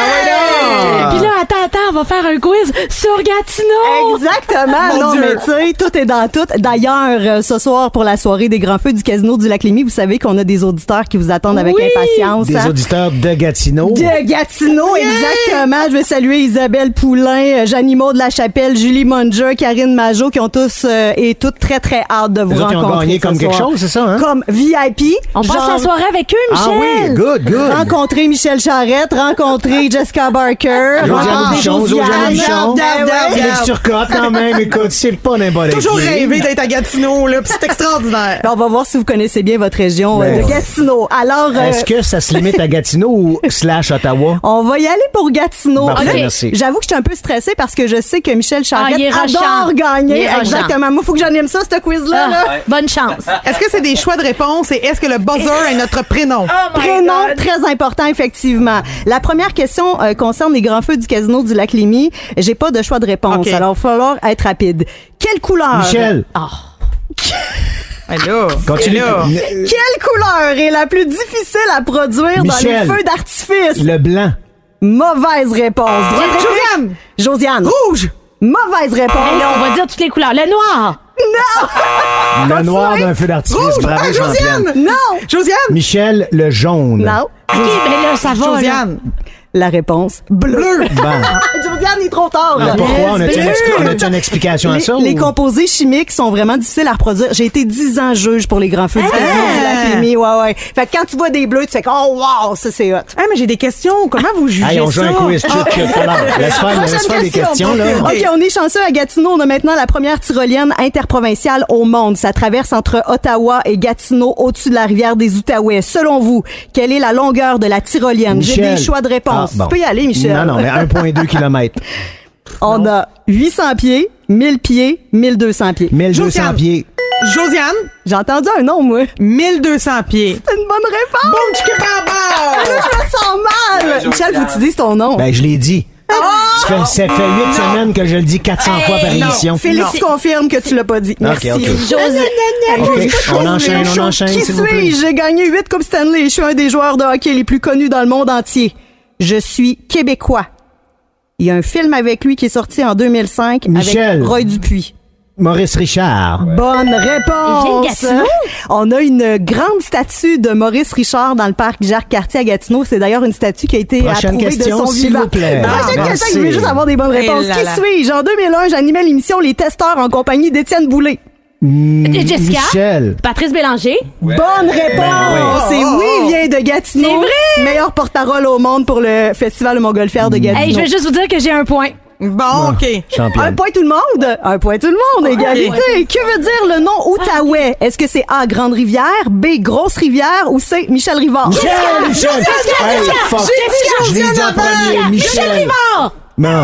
Puis là, attends, on va faire un quiz sur Gatineau! Exactement! Mon non, Dieu. mais tu sais, tout est dans tout. D'ailleurs, ce soir, pour la soirée des Grands Feux du Casino du Lac-Lémy, vous savez qu'on a des auditeurs qui vous attendent avec impatience. Des auditeurs de Gatineau. De Gatineau, exactement. Je veux saluer Isabelle Poulain, Jeannie-Maud de la Chapelle, Julie Munger, Karine Majot, qui ont tous et toutes très, très hâte de vous Les autres, ils ont rencontrer. gagné ce comme quelque soir. chose, c'est ça, hein? Comme VIP. On passe la soirée avec eux, Michel! Ah oui, good. Rencontrer Michel Charette, rencontrer Jessica Barker, Josiane Buchon, Josiane Buchon. Ben ouais. Félix Turcotte, quand même. Écoute, c'est pas n'importe qui. Toujours rêvé d'être à Gatineau, là, pis c'est extraordinaire. Ben, on va voir si vous connaissez bien votre région de Gatineau. Alors, Est-ce que ça se limite à Gatineau ou / Ottawa? on va y aller pour Gatineau. Parfait, Là, merci. J'avoue que je suis un peu stressée parce que je sais que Michel Charette il est adore rushant. gagner. Il est rushant. Exactement. Moi, il faut que j'en aime ça, ce quiz-là. là. Bonne chance. Est-ce que c'est des choix de réponse et est-ce que le buzzer est notre prénom? Prénom, très important, effectivement. La première question concerne les Grands Feux du Casino du Lac-Lémy. J'ai pas de choix de réponse, OK. alors il va falloir être rapide. Quelle couleur? Michel, Allô? continue. Allô? Quelle couleur est la plus difficile à produire dans Michel. les feux d'artifice? Le blanc. Mauvaise réponse. Josiane! Josiane. Rouge! Mauvaise réponse. Hey, là, on va dire toutes les couleurs. Le noir! Le noir d'un feu d'artifice. Rouge! Bravo, Ah, Jean-Pierre. Josiane! Non. Josiane! Michel, le jaune. Non. OK, mais là, ça va. là. Josiane! La réponse, bleu. Bon. Josiane, il est trop tard. Alors, pourquoi? On a-tu une explication à ça? Les ou? composés chimiques sont vraiment difficiles à reproduire. J'ai été 10 ans juge pour les Grands Feux du Casino du Lac-Lémy. Ouais. Fait que quand tu vois des bleus, tu fais que, oh wow, ça c'est hot. Ah, mais j'ai des questions. Comment vous jugez Hey, on joue ça? un quiz. Laisse faire des questions, là. OK, on est chanceux à Gatineau. On a maintenant la première tyrolienne interprovinciale au monde. Ça traverse entre Ottawa et Gatineau, au-dessus de la rivière des Outaouais. Selon vous, quelle est la longueur de la tyrolienne? J'ai Michel. des choix de réponse. Ah, bon. Tu peux y aller, Michel. Non, mais 1,2 km. On a 800 pieds, 1000 pieds, 1200 pieds. 1200 Josiane. pieds. Josiane, J'ai entendu un nom, moi. 1200 pieds. C'est une bonne réponse. Boum, tu peux pas Ah, là, je me sens mal. Michel, faut que tu dises ton nom. Ben, je l'ai dit. Ça fait 8 semaines que je le dis 400 fois par émission. Félix confirme que tu l'as pas dit. Merci. OK. José. OK, on enchaîne, Qui s'il vous plaît. suis-je? J'ai gagné 8 Coupes Stanley. Je suis un des joueurs de hockey les plus connus dans le monde entier. Je suis québécois. Il y a un film avec lui qui est sorti en 2005 Michel. avec Roy Dupuis. Maurice Richard. Bonne Il vient de réponse. Gatineau? On a une grande statue de Maurice Richard dans le parc Jacques-Cartier à Gatineau. C'est d'ailleurs une statue qui a été Prochaine approuvée question, de son s'il vivant. vous plaît. Prochaine Ah, question, merci. je veux juste avoir des bonnes Eh réponses. là Qui là. suis-je? En 2001, j'animais l'émission Les Testeurs en compagnie d'Étienne Boulay. Jessica? Michel. Patrice Bélanger? Bonne réponse! C'est oui, il vient de Gatineau. C'est vrai? Meilleur porte-parole au monde pour le Festival de Montgolfière de Gatineau. Hey, je veux juste vous dire que j'ai un point. Bon, OK. Championne. Un point tout le monde. Un point tout le monde. Égalité. Que veut dire le nom Outaouais? Est-ce que c'est A, Grande Rivière, B, Grosse Rivière ou C, Michel Rivard? Michel! Hey, fuck. Je l'ai dit en premier. Michel Rivard! Non.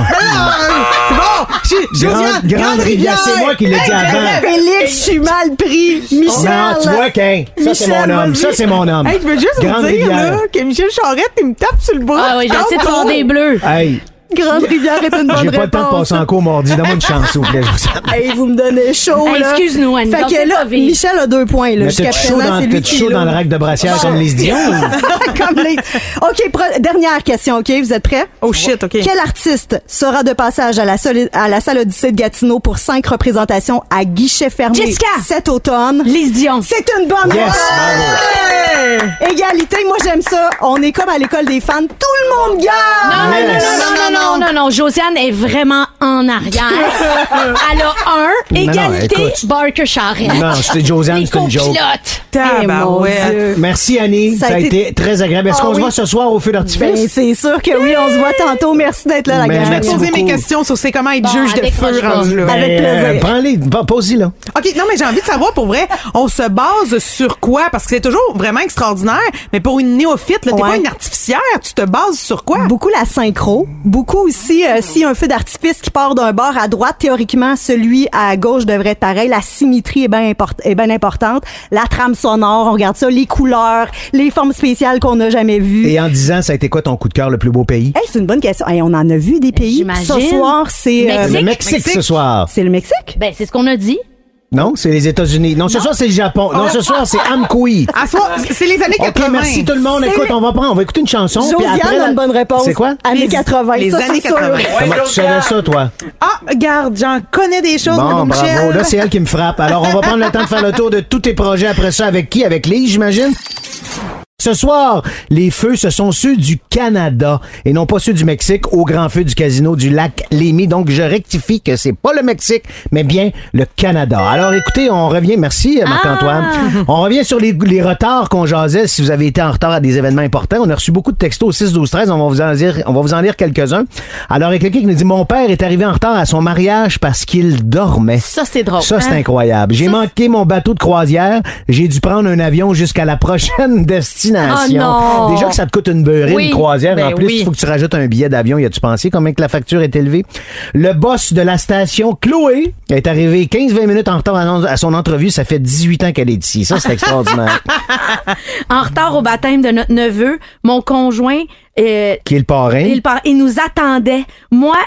Grande Rivière, c'est moi qui l'ai dit avant. Félix, je suis mal pris. Michel. Non, tu vois, Quin. Ça, c'est mon homme. Ça, c'est mon homme. Hey, je veux juste Grande vous dire Rivière. là, que Michel Charette, il me tape sur le bras. Ah oui, j'essaie de faire des bleus. Hey, Grande Rivière est une bonne réponse. j'ai pas le temps de passer en cours mardi. Donne-moi une chance, s'il vous plaît. Hey, vous me donnez chaud, Hey, là. excuse-nous, Annie. Fait donc que c'est là, pas vite. Michel a 2 points, là. Mais Jusqu'à t'es-tu chaud présent, c'est lui t'es-tu qui chaud est dans là. le rack de brassière comme les Dion? Comme les... OK, dernière question, OK? Vous êtes prêts? Oh shit, OK. Quel artiste sera de passage à la salle Odyssée de Gatineau pour 5 représentations à guichet fermé Jessica! cet automne? Lise Dion. C'est une bonne Yes, réponse! Égalité, moi j'aime ça. On est comme à l'école des fans. Tout le monde gagne! Non. Josiane est vraiment en arrière. Elle a égalité, écoute. Barker Charrette. Non, c'était Josiane, Les c'est une joke. copilotes. Eh, mon Dieu. Merci, Annie. Ça a été très agréable. Est-ce Ah qu'on se oui. voit ce soir au feu d'artifice? Ben, c'est sûr que oui, on se voit tantôt. Merci d'être là, la Ben, gang. merci Poser mes beaucoup. questions sur c'est comment être Bon, juge de avec feu moi, rendu là. Avec plaisir. Prends-les, pose-y là. OK, non, mais j'ai envie de savoir, pour vrai, on se base sur quoi? Parce que c'est toujours vraiment extraordinaire, mais pour une néophyte, là, t'es Ouais. pas une artificière, tu te bases sur quoi? Beaucoup la synchro. Beaucoup aussi, s'il y a un feu d'artifice qui part d'un bord à droite, théoriquement, celui à gauche devrait être pareil. La symétrie est bien importante. La trame sonore, on regarde ça. Les couleurs, les formes spéciales qu'on n'a jamais vues. Et en 10 ans, ça a été quoi ton coup de cœur le plus beau pays? Hey, c'est une bonne question. Hey, on en a vu des pays. J'imagine. Ce soir, c'est... Mexique. Le Mexique ce soir. c'est le Mexique? Ben, c'est ce qu'on a dit. Non, c'est les États-Unis. Non, ce soir, c'est le Japon. Non, ce soir, c'est Amkoui. À soi, c'est les années 80. OK, merci tout le monde. C'est- Écoute, on va écouter une chanson. puis Josiane après, a une bonne réponse. C'est quoi? Années 80. les ça, années c'est sûr. 80. Comment tu savais ça, toi? Ah, regarde, j'en connais des choses, Bon, mon bravo. Michel. Là, c'est elle qui me frappe. Alors, on va prendre le temps de faire le tour de tous tes projets après ça. Avec qui? Avec Lise, j'imagine? Ce soir, les feux, ce sont ceux du Canada et non pas ceux du Mexique au grand feu du casino du lac Lémy. Donc, je rectifie que c'est pas le Mexique, mais bien le Canada. Alors, écoutez, on revient. Merci, Marc-Antoine. On revient sur les retards qu'on jasait si vous avez été en retard à des événements importants. On a reçu beaucoup de textos au 6, 12, 13. On va vous en lire quelques-uns. Alors, il y a quelqu'un qui nous dit, mon père est arrivé en retard à son mariage parce qu'il dormait. Ça, c'est drôle. Ça, c'est hein? incroyable. J'ai manqué mon bateau de croisière. J'ai dû prendre un avion jusqu'à la prochaine destination. Oh non. Déjà que ça te coûte une beurrée, Oui. une croisière. Ben en plus, il oui. faut que tu rajoutes un billet d'avion. Y a-tu pensé combien que la facture est élevée? Le boss de la station, Chloé, est arrivé 15-20 minutes en retard à son entrevue. Ça fait 18 ans qu'elle est ici. Ça, c'est extraordinaire. En retard au baptême de notre neveu, mon conjoint, Qui est le parrain? il nous attendait. Moi,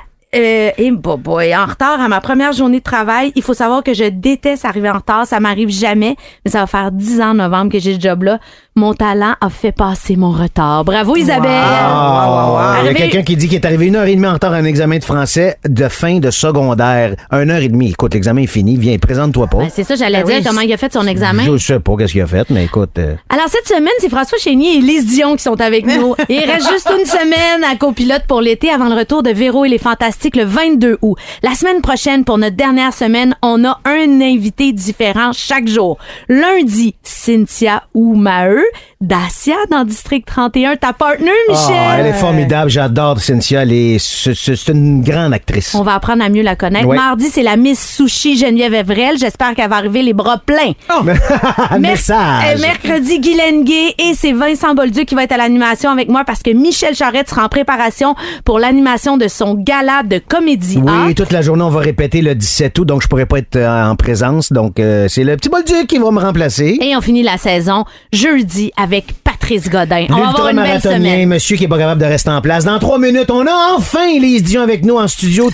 en retard à ma première journée de travail, il faut savoir que je déteste arriver en retard. Ça m'arrive jamais, mais ça va faire 10 ans en novembre que j'ai ce job-là. Mon talent a fait passer mon retard. Bravo, Isabelle! Ah, il y a Arrivé- quelqu'un qui dit qu'il est arrivé 1h30 en retard à un examen de français de fin de secondaire. 1h30. Écoute, l'examen est fini. Viens, présente-toi pas. Ben, c'est ça, j'allais dire comment il a fait son examen. Je sais pas qu'est-ce qu'il a fait, mais écoute... Alors, cette semaine, c'est François Chénier et Lise Dion qui sont avec nous. Il reste juste une semaine à copilote pour l'été avant le retour de Véro et les Fantastiques le 22 août. La semaine prochaine, pour notre dernière semaine, on a un invité différent chaque jour. Lundi, Cynthia Maheu, Dacia dans District 31, ta partner, Michel. Ah, elle est formidable. J'adore Cynthia. C'est une grande actrice. On va apprendre à mieux la connaître. Ouais. Mardi, c'est la Miss Sushi Geneviève Evrel. J'espère qu'elle va arriver les bras pleins. Message. Mercredi, Guylaine Gay et c'est Vincent Bolduc qui va être à l'animation avec moi parce que Michel Charette sera en préparation pour l'animation de son gala de comédie. Oui, toute la journée, on va répéter le 17 août, donc je pourrais pas être en présence. Donc, c'est le petit Bolduc qui va me remplacer. Et on finit la saison jeudi avec Patrice Godin. On va avoir une belle L'ultramarathonien, semaine. monsieur qui est pas capable de rester en place. Dans 3 minutes, on a enfin Lise Dion avec nous en studio.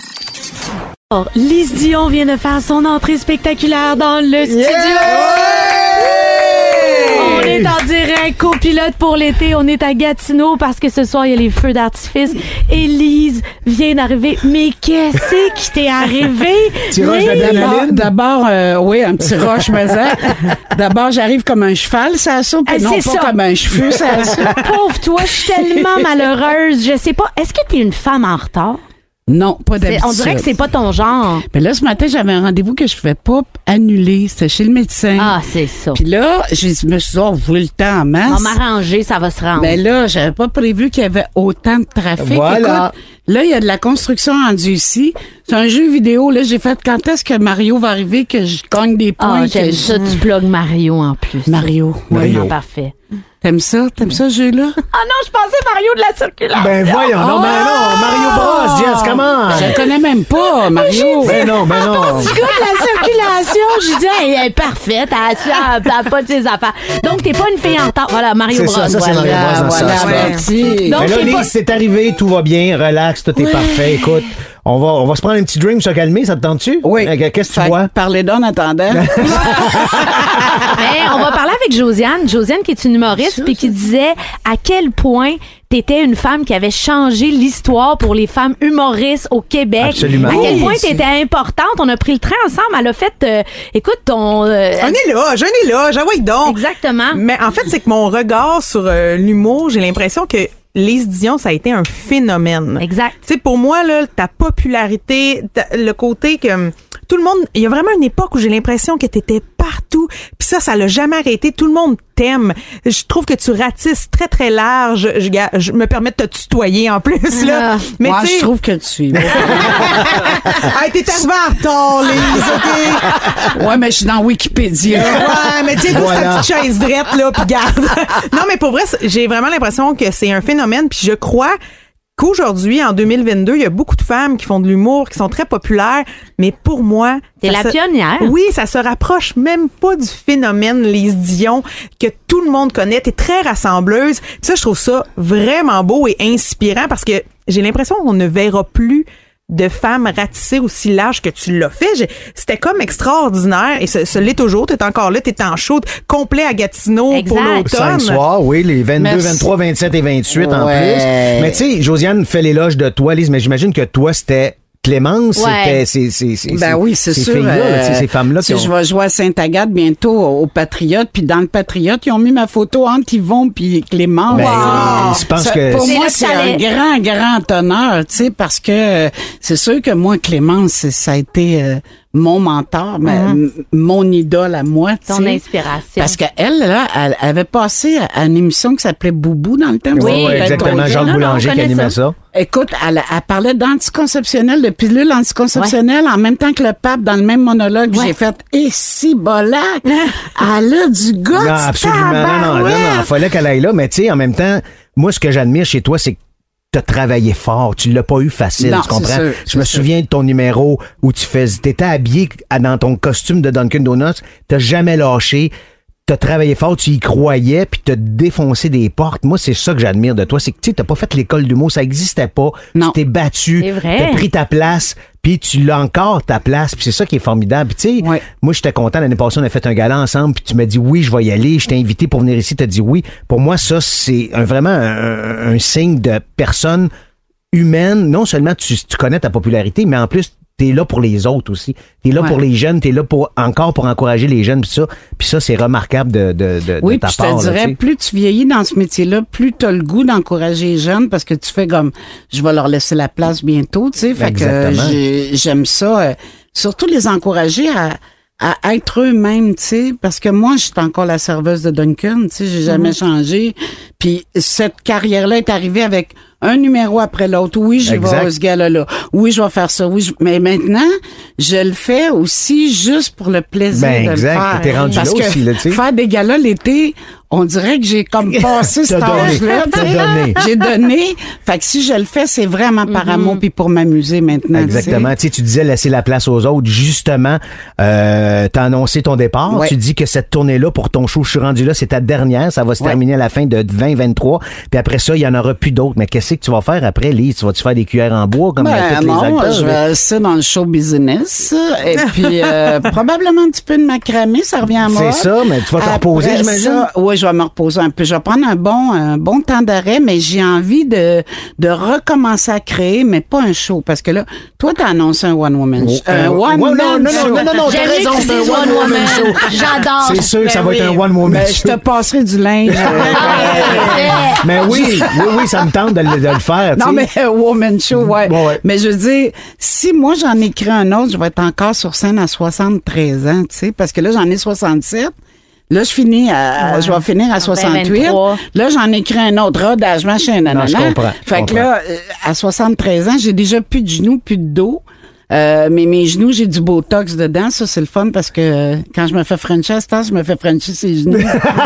Lise Dion vient de faire son entrée spectaculaire dans le studio. On est en direct, copilote pour l'été. On est à Gatineau parce que ce soir, il y a les feux d'artifice. Et Lise vient d'arriver. Mais qu'est-ce qui t'est arrivé? Petit rush Lise? d'adrénaline. D'abord, oui, un petit roche, mais d'abord, j'arrive comme un cheval, ça soupe, Ah, et non c'est pas ça. comme un cheveu, ça soupe. Pauvre toi, je suis tellement malheureuse. Je sais pas. Est-ce que t'es une femme en retard? Non, pas d'habitude. On dirait que c'est pas ton genre. Mais là, ce matin, j'avais un rendez-vous que je pouvais pas annuler. C'était chez le médecin. Ah, c'est ça. Puis là, je me suis dit, oh, vous voulez le temps en masse. On va m'arranger, ça va se rendre. Mais là, j'avais pas prévu qu'il y avait autant de trafic. Voilà. Écoute, là, il y a de la construction rendue ici. C'est un jeu vidéo. Là, j'ai fait quand est-ce que Mario va arriver, que je gagne des points. Ah, j'aime ça, tu plugues Mario en plus. Mario. Vraiment parfait. T'aimes ça? T'aimes ça, ce jeu-là? Ah non, je pensais Mario de la circulation. Ben voyons, non, Mario Bros, Jess, comment? Je le connais même pas, Mario. Ben non. Du coup, la circulation, j'ai dit, elle est parfaite, elle a pas de ses affaires. Donc, t'es pas une fille en retard. Voilà, Mario Bros. C'est ça, c'est Mario Bros dans ça. merci. Donc, Mais là, t'es Lise, pas- c'est arrivé, tout va bien, relax, tout est parfait. Écoute, on va se prendre un petit drink, se calmer, ça te tente-tu? Oui. Qu'est-ce que tu bois? Parlez d'en attendant. Mais on va parler avec Josiane. Josiane, qui est une humoriste, puis qui disait à quel point t'étais une femme qui avait changé l'histoire pour les femmes humoristes au Québec. Absolument. À quel Oui, point t'étais importante. On a pris le train ensemble. Elle a fait, écoute, ton... J'en ai là, j'avoue donc. Exactement. Mais en fait, c'est que mon regard sur l'humour, j'ai l'impression que Lise Dion, ça a été un phénomène. Exact. Tu sais, pour moi, là, ta popularité, le côté que tout le monde, il y a vraiment une époque où j'ai l'impression que t'étais partout. Puis ça l'a jamais arrêté. Tout le monde t'aime. Je trouve que tu ratisses très, très large. Je me permets de te tutoyer en plus, là. Mais Moi, tu sais, je trouve que tu... hey, t'es arrivé en retard, Lise, OK? Ouais, mais je suis dans Wikipédia. Ouais, mais tu sais, Voilà. ta petite chaise drette, là, puis garde. Non, mais pour vrai, j'ai vraiment l'impression que c'est un phénomène, puis je crois qu'aujourd'hui, en 2022, il y a beaucoup de femmes qui font de l'humour, qui sont très populaires, mais pour moi... T'es la pionnière. Oui, ça se rapproche même pas du phénomène Lise Dion que tout le monde connaît. T'es très rassembleuse. Puis ça, je trouve ça vraiment beau et inspirant parce que j'ai l'impression qu'on ne verra plus de femmes ratissées aussi large que tu l'as fait. C'était comme extraordinaire et ce l'est toujours. T'es encore là, t'es en show complet à Gatineau pour l'automne. 5 soirs, oui, les 22, Merci. 23, 27 et 28 en Ouais. plus. Mais tu sais, Josiane fait l'éloge de toi, Lise, mais j'imagine que toi, c'était Clémence, Ouais. c'était Ben oui, c'est ces sûr. filles-là, là, tu sais, ces femmes-là qui si ont... je vais jouer à Sainte-Agathe bientôt au Patriote, puis dans le Patriote, ils ont mis ma photo entre Yvon puis Clément. Ben, Wow! je pense Ça, que- pour C'est moi, là que c'est ça un allait. grand honneur, tu sais, parce que c'est sûr que moi, Clémence, ça a été mon mentor, mon idole à moi, tu Ton sais. inspiration. Parce qu'elle, là, elle avait passé à une émission qui s'appelait Boubou dans le temps. Oui, Oui, ouais, exactement, ben, Jacques non, Boulanger on qui connaît animait ça. Écoute, elle parlait d'anticonceptionnel, de pilules anticonceptionnelles en même temps que le pape dans le même monologue. J'ai fait, et si bolac! Elle a du goût, Non, absolument. Non, il fallait qu'elle aille là. Mais tu sais, en même temps, moi, ce que j'admire chez toi, c'est que t'as travaillé fort. Tu l'as pas eu facile, Non, tu comprends? c'est sûr, Je me c'est souviens de ton numéro où t'étais habillé dans ton costume de Dunkin' Donuts. T'as jamais lâché. T'as travaillé fort, tu y croyais, puis t'as défoncé des portes. Moi, c'est ça que j'admire de toi. C'est que tu sais, t'as pas fait l'école d'humour, ça existait pas. Non. Tu t'es battu. C'est vrai. T'as pris ta place, puis tu l'as encore ta place. Puis c'est ça qui est formidable. Puis tu sais, Ouais. moi, j'étais content. L'année passée, on a fait un gala ensemble, puis tu m'as dit oui, je vais y aller. Je t'ai invité pour venir ici, t'as dit oui. Pour moi, ça, c'est vraiment un signe de personne humaine. Non seulement tu connais ta popularité, mais en plus, t'es là pour les autres aussi. T'es là Ouais. pour les jeunes, t'es là pour encourager les jeunes, puis ça, c'est remarquable de Oui, ta puis je part. te là, dirais, tu sais. plus tu vieillis dans ce métier-là, plus tu as le goût d'encourager les jeunes parce que tu fais comme, je vais leur laisser la place bientôt, tu sais. Fait Exactement. que j'aime ça. Surtout les encourager à être eux-mêmes, tu sais, parce que moi, je suis encore la serveuse de Dunkin', tu sais, j'ai jamais changé. Puis cette carrière-là est arrivée avec un numéro après l'autre. Oui, je vais Exact. à ce gala-là. Oui, je vais faire ça. Oui, mais maintenant, je le fais aussi juste pour le plaisir Ben, de exact. le faire. T'es rendu Parce là que aussi, là, tu sais. faire des galas l'été, on dirait que j'ai comme passé cet T'as donné. âge-là. tu T'as sais. donné. J'ai donné. Fait que si je le fais, c'est vraiment par amour puis pour m'amuser maintenant. Exactement. Tu sais, tu disais laisser la place aux autres. Justement, t'as annoncé ton départ. Ouais. Tu dis que cette tournée-là pour ton show, je suis rendu là, c'est ta dernière. Ça va se Ouais. terminer à la fin de 2023. Puis après ça, il y en aura plus d'autres. Mais qu'est-ce que tu vas faire après, Lise? Tu vas-tu faire des cuillères en bois comme Ben tous les non, acteurs? je vais rester dans le show business et puis probablement un petit peu de macramé, ça revient à moi. C'est ça, mais tu vas te reposer, j'imagine? Oui, je vais me reposer un peu. Je vais prendre un bon temps d'arrêt, mais j'ai envie de recommencer à créer, mais pas un show, parce que là, toi, t'as annoncé un one-woman show. Un one-man show. non, J'aime mieux que tu dises One Woman. J'adore. C'est sûr que ça va être un Ben one-woman je show. te passerai du linge. Mais oui, ça me tente de le faire. Non, tu sais. mais Woman Show, ouais. Ouais. Mais je veux dire, si moi j'en écris un autre, je vais être encore sur scène à 73 ans, tu sais, parce que là, j'en ai 67. Là, je vais finir à 68. 23. Là, j'en écris un autre, rodage, machin, nanana. je comprends. Fait que là, à 73 ans, j'ai déjà plus de genoux, plus de dos. Mais mes genoux, j'ai du Botox dedans. Ça, c'est le fun parce que quand je me fais frencher à ce temps, je me fais frencher ses genoux.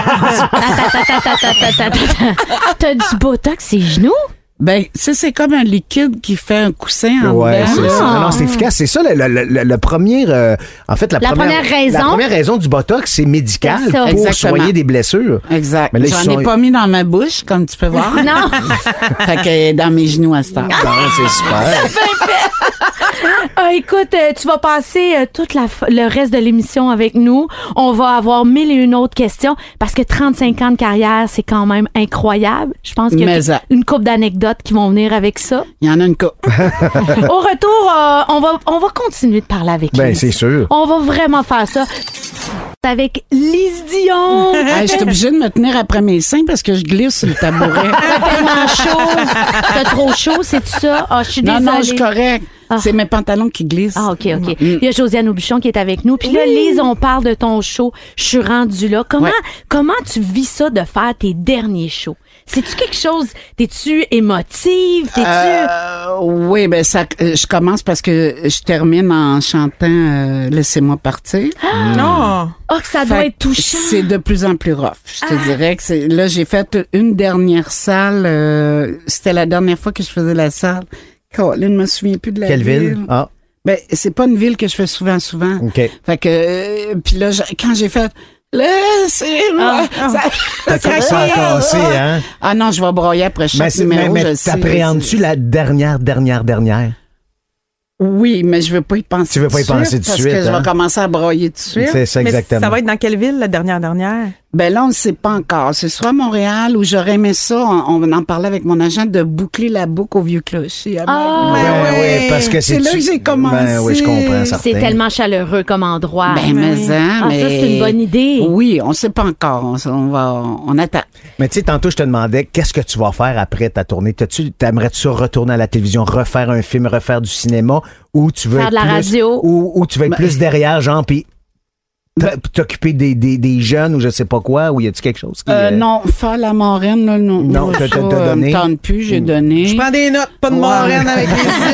T'as du Botox, ses genoux? Ben, ça, c'est comme un liquide qui fait un coussin en Ouais, dedans. c'est ça. Non, c'est efficace. C'est ça le premier. En fait, la première raison. La première raison du Botox, c'est médical C'est ça. pour Exactement. soigner des blessures. Exact. Mais là, J'en ai pas mis dans ma bouche, comme tu peux voir. Non. Fait que dans mes genoux à ce temps. C'est super. Ah, écoute, tu vas passer le reste de l'émission avec nous. On va avoir 1001 autres questions parce que 35 ans de carrière, c'est quand même incroyable. Je pense qu'il y Mais a une couple d'anecdotes qui vont venir avec ça. Il y en a une couple. Au retour, on va continuer de parler avec Ben, Lise. c'est sûr. On va vraiment faire ça. Avec Lise Dion. Hey, je suis obligée de me tenir après mes seins parce que je glisse sur le tabouret. T'as tellement chaud. T'as trop chaud, c'est ça? Ah, je suis désolée. Non, je suis correct. C'est mes pantalons qui glissent. Ah, OK. Il y a Josiane Aubuchon qui est avec nous. Puis là, Lise, on parle de ton show. Je suis rendue là. Comment tu vis ça de faire tes derniers shows? C'est-tu quelque chose? T'es-tu émotive? Oui, ben je commence parce que je termine en chantant Laissez-moi partir. Non. Oh, que ça doit être touchant. C'est de plus en plus rough. Je te dirais que là, j'ai fait une dernière salle. C'était la dernière fois que je faisais la salle. Je ne me souviens plus de la ville. Quelle ville? Ah. Ben, c'est pas une ville que je fais souvent. OK. Fait que, puis là, quand j'ai fait Laissez-moi. T'as cassé, hein? Ah non, je vais broyer après chaque numéro. Mais t'appréhendes-tu la dernière? Oui, mais je veux pas y penser. Tu veux pas y penser tout de suite. Parce que je vais commencer à broyer tout de suite. C'est ça, exactement. Mais ça va être dans quelle ville, la dernière? Ben là, on ne sait pas encore. C'est soit Montréal où j'aurais aimé ça. On en parlait avec mon agent de boucler la boucle au Vieux-Clocher. Oui, parce que c'est là que j'ai commencé. Ben oui, je comprends. C'est tellement chaleureux comme endroit. Mais ça, c'est une bonne idée. Oui, on ne sait pas encore. On attend. Mais tu sais, tantôt, je te demandais, qu'est-ce que tu vas faire après ta tournée? T'aimerais-tu retourner à la télévision, refaire un film, refaire du cinéma, ou tu veux faire être de la radio, ou tu veux être plus derrière, genre, puis t'occuper des jeunes ou je sais pas quoi, ou y a-tu quelque chose qui... Non, faire la marraine, là, non. Non, t'as donné. Me tente plus, j'ai donné. Je prends des notes, pas de marraine avec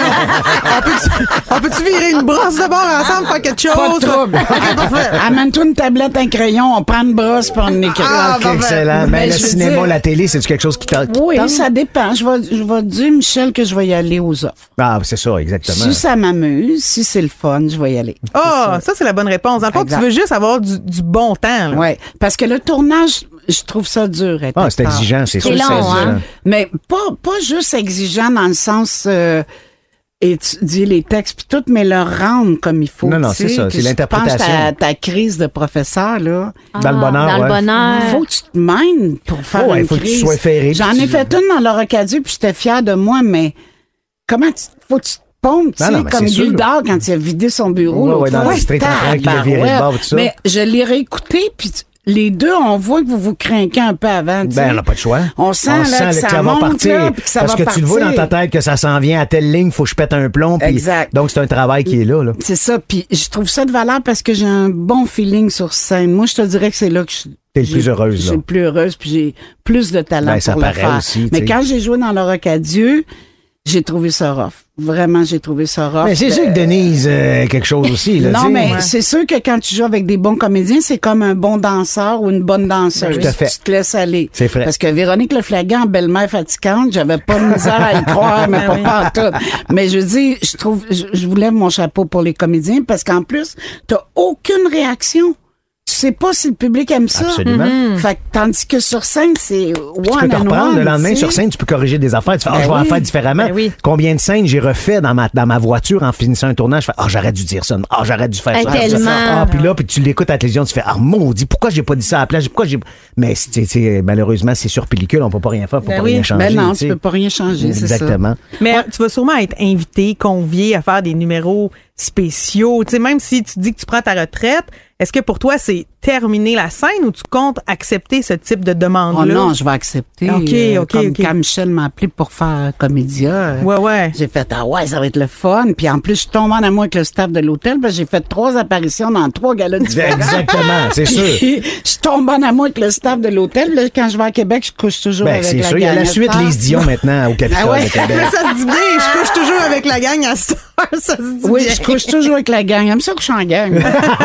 les On peut-tu virer une brosse de bord ensemble, faire quelque chose? Pas de trouble. Amène-toi une tablette, un crayon, on prend une brosse pour on écrit. Excellent. Mais le cinéma, la télé, c'est-tu quelque chose qui t'a... Oui, ça dépend. Je vais dire, Michel, que je vais y aller aux offres. Ah, c'est ça, exactement. Si ça m'amuse, si c'est le fun, je vais y aller. Ça, c'est la bonne réponse. Dans le fond, tu veux juste avoir du bon temps. Oui, parce que le tournage, je trouve ça dur. C'est exigeant, c'est sûr. C'est long, hein? Mais pas juste exigeant dans le sens étudier les textes puis tout, mais le rendre comme il faut. Non, c'est ça, c'est l'interprétation. Je pense ta crise de professeur, là. Dans le bonheur, Dans le bonheur. Il faut que tu te mènes pour faire une faut crise. que tu sois ferré. J'en ai fait une dans l'Oracadieu puis j'étais fière de moi, mais faut que tu pompe, tu sais, comme Gildard quand il a vidé son bureau. Oui, dans le district en train qu'il a viré de bord, tout ça. Mais je l'ai réécouté, puis les deux, on voit que vous vous craquez un peu avant. Ben, on n'a pas de choix. On sent là, que ça monte, partir. là, puis que ça parce va que tu le vois dans ta tête que ça s'en vient à telle ligne, faut que je pète un plomb. Puis, exact. Donc, c'est un travail qui est là. C'est ça, puis je trouve ça de valeur parce que j'ai un bon feeling sur scène. Moi, je te dirais que c'est là que t'es le plus heureuse. Je suis le plus heureuse, puis j'ai plus de talent ben, pour le faire. Aussi, mais quand j'ai joué dans l'Oracadieu, j'ai trouvé ça rough. Vraiment, j'ai trouvé ça rough. Mais c'est sûr que Denise, quelque chose aussi. Là, non, mais c'est sûr que quand tu joues avec des bons comédiens, c'est comme un bon danseur ou une bonne danseuse. Tout à fait. Tu te laisses aller. C'est vrai. Parce que Véronique Leflagrant, belle-mère fatigante, j'avais pas de misère à y croire, mais pas en tout. Mais je dis, je vous lève mon chapeau pour les comédiens parce qu'en plus, t'as aucune réaction. Tu sais pas si le public aime ça. Absolument. Fait que, tandis que sur scène, c'est one tu peux te reprendre le lendemain t'sais. sur scène, tu peux corriger des affaires. Tu fais, je vais en faire différemment. Ben oui. Combien de scènes j'ai refait dans ma voiture en finissant un tournage? Je fais, j'aurais dû dire ça. J'aurais dû faire ça. Tellement. Puis tu l'écoutes à la télévision, tu fais, maudit, pourquoi j'ai pas dit ça à la plage? Mais malheureusement, c'est sur pellicule, on peut pas rien faire, on peut pas rien changer. Ben non, tu peux pas rien changer, c'est ça. Exactement. Mais tu vas sûrement être invité, convié à faire des numéros spéciaux? Tu sais, même si tu dis que tu prends ta retraite, est-ce que pour toi, c'est terminer la scène ou tu comptes accepter ce type de demande-là? Oh non, je vais accepter. Quand Michel m'a appelé pour faire Comédia, j'ai fait, ah ouais, ça va être le fun. Puis en plus, je tombe en amour avec le staff de l'hôtel. J'ai fait 3 apparitions dans 3 galas différents. Exactement, c'est sûr. Je tombe en amour avec le staff de l'hôtel. Là, quand je vais à Québec, je couche toujours avec la gang. C'est sûr, il y a la suite Lise Dion maintenant au Capitole de Québec. Mais ça se dit bien, je couche toujours avec la gang à Star. Ça se dit oui, bien. je couche toujours avec la gang. J'aime ça que je suis en gang.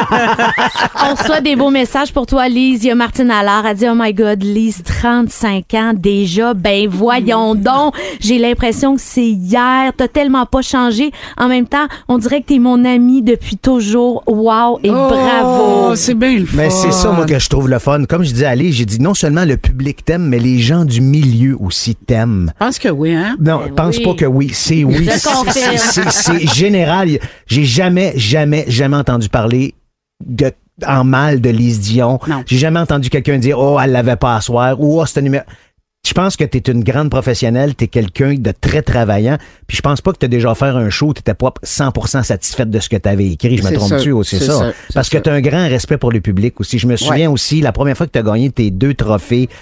On reçoit des beaux messages pour toi, Lise. Il y a Martine Allard, elle dit « Oh my God, Lise, 35 ans déjà. Ben voyons donc. J'ai l'impression que c'est hier. T'as tellement pas changé. En même temps, on dirait que t'es mon amie depuis toujours. Wow et bravo. » C'est bien le fun. Mais c'est ça, moi, que je trouve le fun. Comme je disais à Lise, j'ai dit non seulement le public t'aime, mais les gens du milieu aussi t'aiment. Je pense que oui, hein? Non, pense pas que oui. C'est oui. Je confirme. C'est général. J'ai jamais entendu parler en mal de Lise Dion. Non. J'ai jamais entendu quelqu'un dire « Oh, elle l'avait pas à soir » ou « Oh, c'est un numéro... » Je pense que t'es une grande professionnelle, t'es quelqu'un de très travaillant, puis je pense pas que t'as déjà fait un show, t'étais pas 100% satisfaite de ce que t'avais écrit. Je me trompe-tu ou c'est ça? Parce que t'as un grand respect pour le public aussi. Je me souviens aussi, la première fois que t'as gagné tes 2 trophées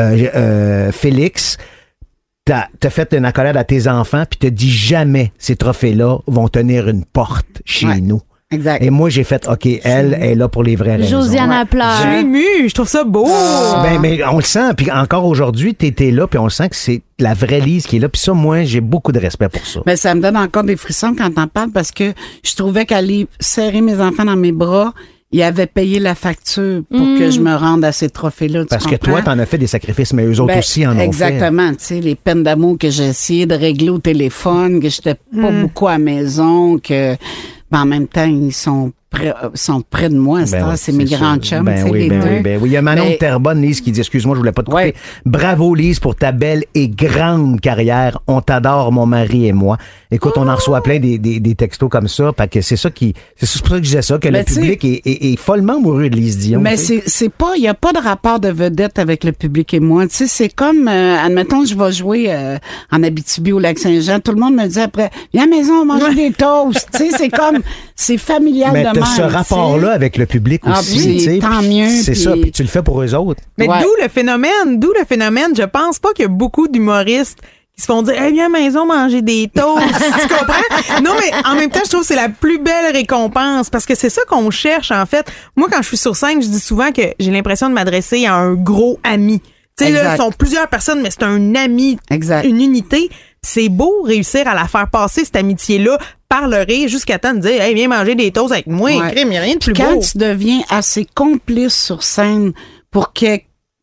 Félix, t'as fait une accolade à tes enfants, puis t'as dit jamais ces trophées-là vont tenir une porte chez nous. Exact. Et moi, j'ai fait, OK, elle est là pour les vraies raisons. Josiane pleure. Je suis émue, je trouve ça beau. Mais on le sent, puis encore aujourd'hui, t'étais là, puis on le sent que c'est la vraie Lise qui est là. Puis ça, moi, j'ai beaucoup de respect pour ça. Mais ça me donne encore des frissons quand t'en parles parce que je trouvais qu'aller serrer mes enfants dans mes bras, il avait payé la facture pour que je me rende à ces trophées-là. Parce que toi, t'en as fait des sacrifices, mais eux autres aussi en ont fait. Exactement. Tu sais, les peines d'amour que j'ai essayé de régler au téléphone, que j'étais pas beaucoup à la maison, que... en même temps, ils sont près de moi. C'est mes grands chums. Oui. Il y a Manon de Terrebonne, Lise, qui dit, excuse-moi, je voulais pas te couper. Bravo, Lise, pour ta belle et grande carrière. On t'adore, mon mari et moi. Écoute, on en reçoit plein des textos comme ça. Parce que c'est pour ça que je disais ça, que le public est follement amoureux de Lise Dion. Mais c'est pas, il y a pas de rapport de vedette avec le public et moi. Tu sais, c'est comme, admettons, je vais jouer en Abitibi au Lac-Saint-Jean. Tout le monde me dit après, viens à la maison, on mange des toasts. Tu sais, c'est comme, c'est familial de même. Ce rapport-là avec le public aussi, tant mieux. C'est ça, puis tu le fais pour eux autres. Mais d'où le phénomène. Je pense pas qu'il y a beaucoup d'humoristes qui se font dire, viens à la maison manger des toasts. Tu comprends? Non, mais en même temps, je trouve que c'est la plus belle récompense parce que c'est ça qu'on cherche, en fait. Moi, quand je suis sur scène, je dis souvent que j'ai l'impression de m'adresser à un gros ami. Tu sais, là, ce sont plusieurs personnes, mais c'est un ami, une unité. C'est beau réussir à la faire passer, cette amitié-là, par le rire, jusqu'à temps de dire, hey, viens manger des toasts avec moi. Il n'y a rien de plus beau. Quand tu deviens assez complice sur scène pour qu'il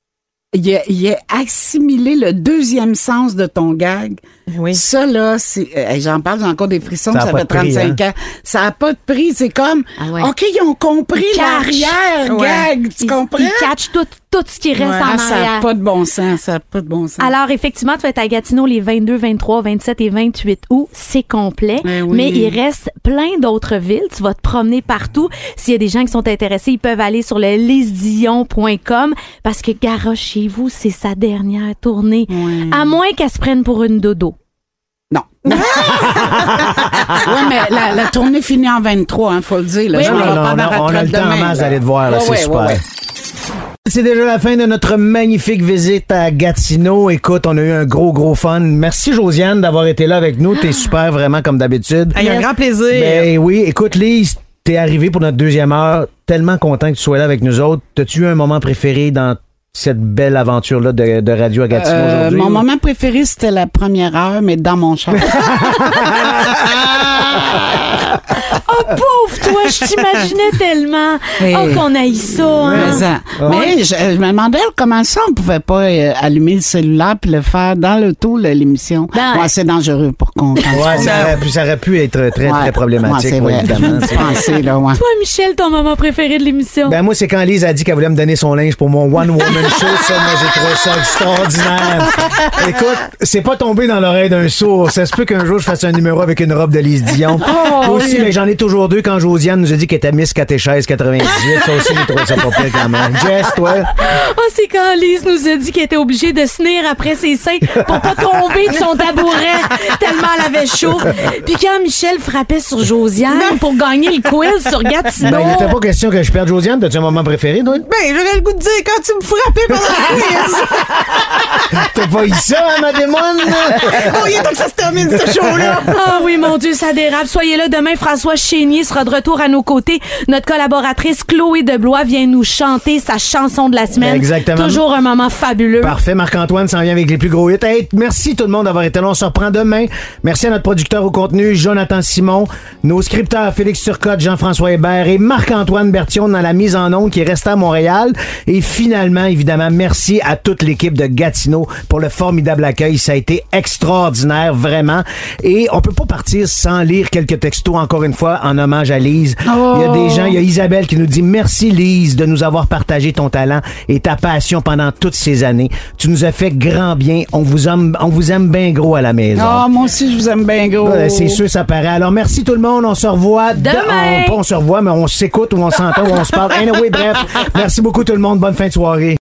ait assimilé le deuxième sens de ton gag, ça, là, j'en parle, j'ai encore des frissons, ça fait 35 ans. Ça n'a pas de prix. C'est comme, OK, ils ont compris l'arrière-gag. Tu comprends? Ils catchent tout ce qui reste en arrière. Ça n'a pas de bon sens. Alors, effectivement, tu vas être à Gatineau les 22, 23, 27 et 28 août. C'est complet. Mais il reste plein d'autres villes. Tu vas te promener partout. S'il y a des gens qui sont intéressés, ils peuvent aller sur le lisedion.com parce que garochez-vous, c'est sa dernière tournée. À moins qu'elle se prenne pour une dodo. Non. Oui, mais la tournée finit en 23, faut le dire. Là. On a le temps en masse d'aller te voir, là, c'est super. C'est déjà la fin de notre magnifique visite à Gatineau. Écoute, on a eu un gros fun. Merci Josiane d'avoir été là avec nous. T'es super, vraiment, comme d'habitude. Il y a un grand plaisir. Ben oui, écoute Lise, t'es arrivée pour notre 2e heure. Tellement content que tu sois là avec nous autres. T'as-tu eu un moment préféré dans cette belle aventure-là de radio à Gatineau aujourd'hui? Mon moment préféré, c'était la première heure, mais dans mon char. Oh, pauvre toi, je t'imaginais tellement. Qu'on haït ça. Hein? Mais je me demandais comment ça, on pouvait pas allumer le cellulaire puis le faire dans l'auto, l'émission. C'est dangereux pour qu'on... ça aurait pu être très problématique, évidemment. Toi, Michel, ton moment préféré de l'émission? Ben moi, c'est quand Lise a dit qu'elle voulait me donner son linge pour mon One Woman une show, ça, moi, j'ai trouvé ça extraordinaire. Écoute, c'est pas tombé dans l'oreille d'un sourd. Ça se peut qu'un jour, je fasse un numéro avec une robe de Lise Dion. Moi aussi, mais j'en ai toujours deux quand Josiane nous a dit qu'elle était Miss Catéchèse 98. Ça aussi, j'ai trouvé ça pas pire quand même. Jess, toi? Oh, c'est quand Lise nous a dit qu'elle était obligée de se tenir après ses seins pour pas tomber de son tabouret tellement elle avait chaud. Puis quand Michel frappait sur Josiane pour gagner le quiz sur Gatineau. Ben, il n'était pas question que je perde Josiane. T'as-tu un moment préféré, toi? Ben, j'aurais le goût de dire quand tu me frappais pendant le quiz. T'as pas eu ça, hein, ma démone? Oh, il est temps que ça se termine, ce show-là. Ah oui, mon Dieu, ça dérape. Soyez là demain. François Chénier sera de retour à nos côtés. Notre collaboratrice Chloé Deblois vient nous chanter sa chanson de la semaine. Exactement. Toujours un moment fabuleux. Parfait. Marc-Antoine s'en vient avec les plus gros hits. Hey, merci tout le monde d'avoir été là. On se reprend demain. Merci à notre producteur au contenu, Jonathan Simon, nos scripteurs Félix Turcotte, Jean-François Hébert et Marc-Antoine Berthiaume dans la mise en onde qui est resté à Montréal. Et finalement, évidemment, merci à toute l'équipe de Gatineau pour le formidable accueil. Ça a été extraordinaire, vraiment. Et on peut pas partir sans lire quelques textos, encore une fois, en hommage à Lise. Oh. Il y a des gens, il y a Isabelle qui nous dit « Merci Lise de nous avoir partagé ton talent et ta passion pendant toutes ces années. Tu nous as fait grand bien. On vous aime bien gros à la maison. » Ah, moi aussi, je vous aime bien gros. C'est sûr, ça paraît. Alors, merci tout le monde. On se revoit demain. Pas on se revoit, mais on s'écoute ou on s'entend ou on se parle. Anyway, bref. Merci beaucoup tout le monde. Bonne fin de soirée.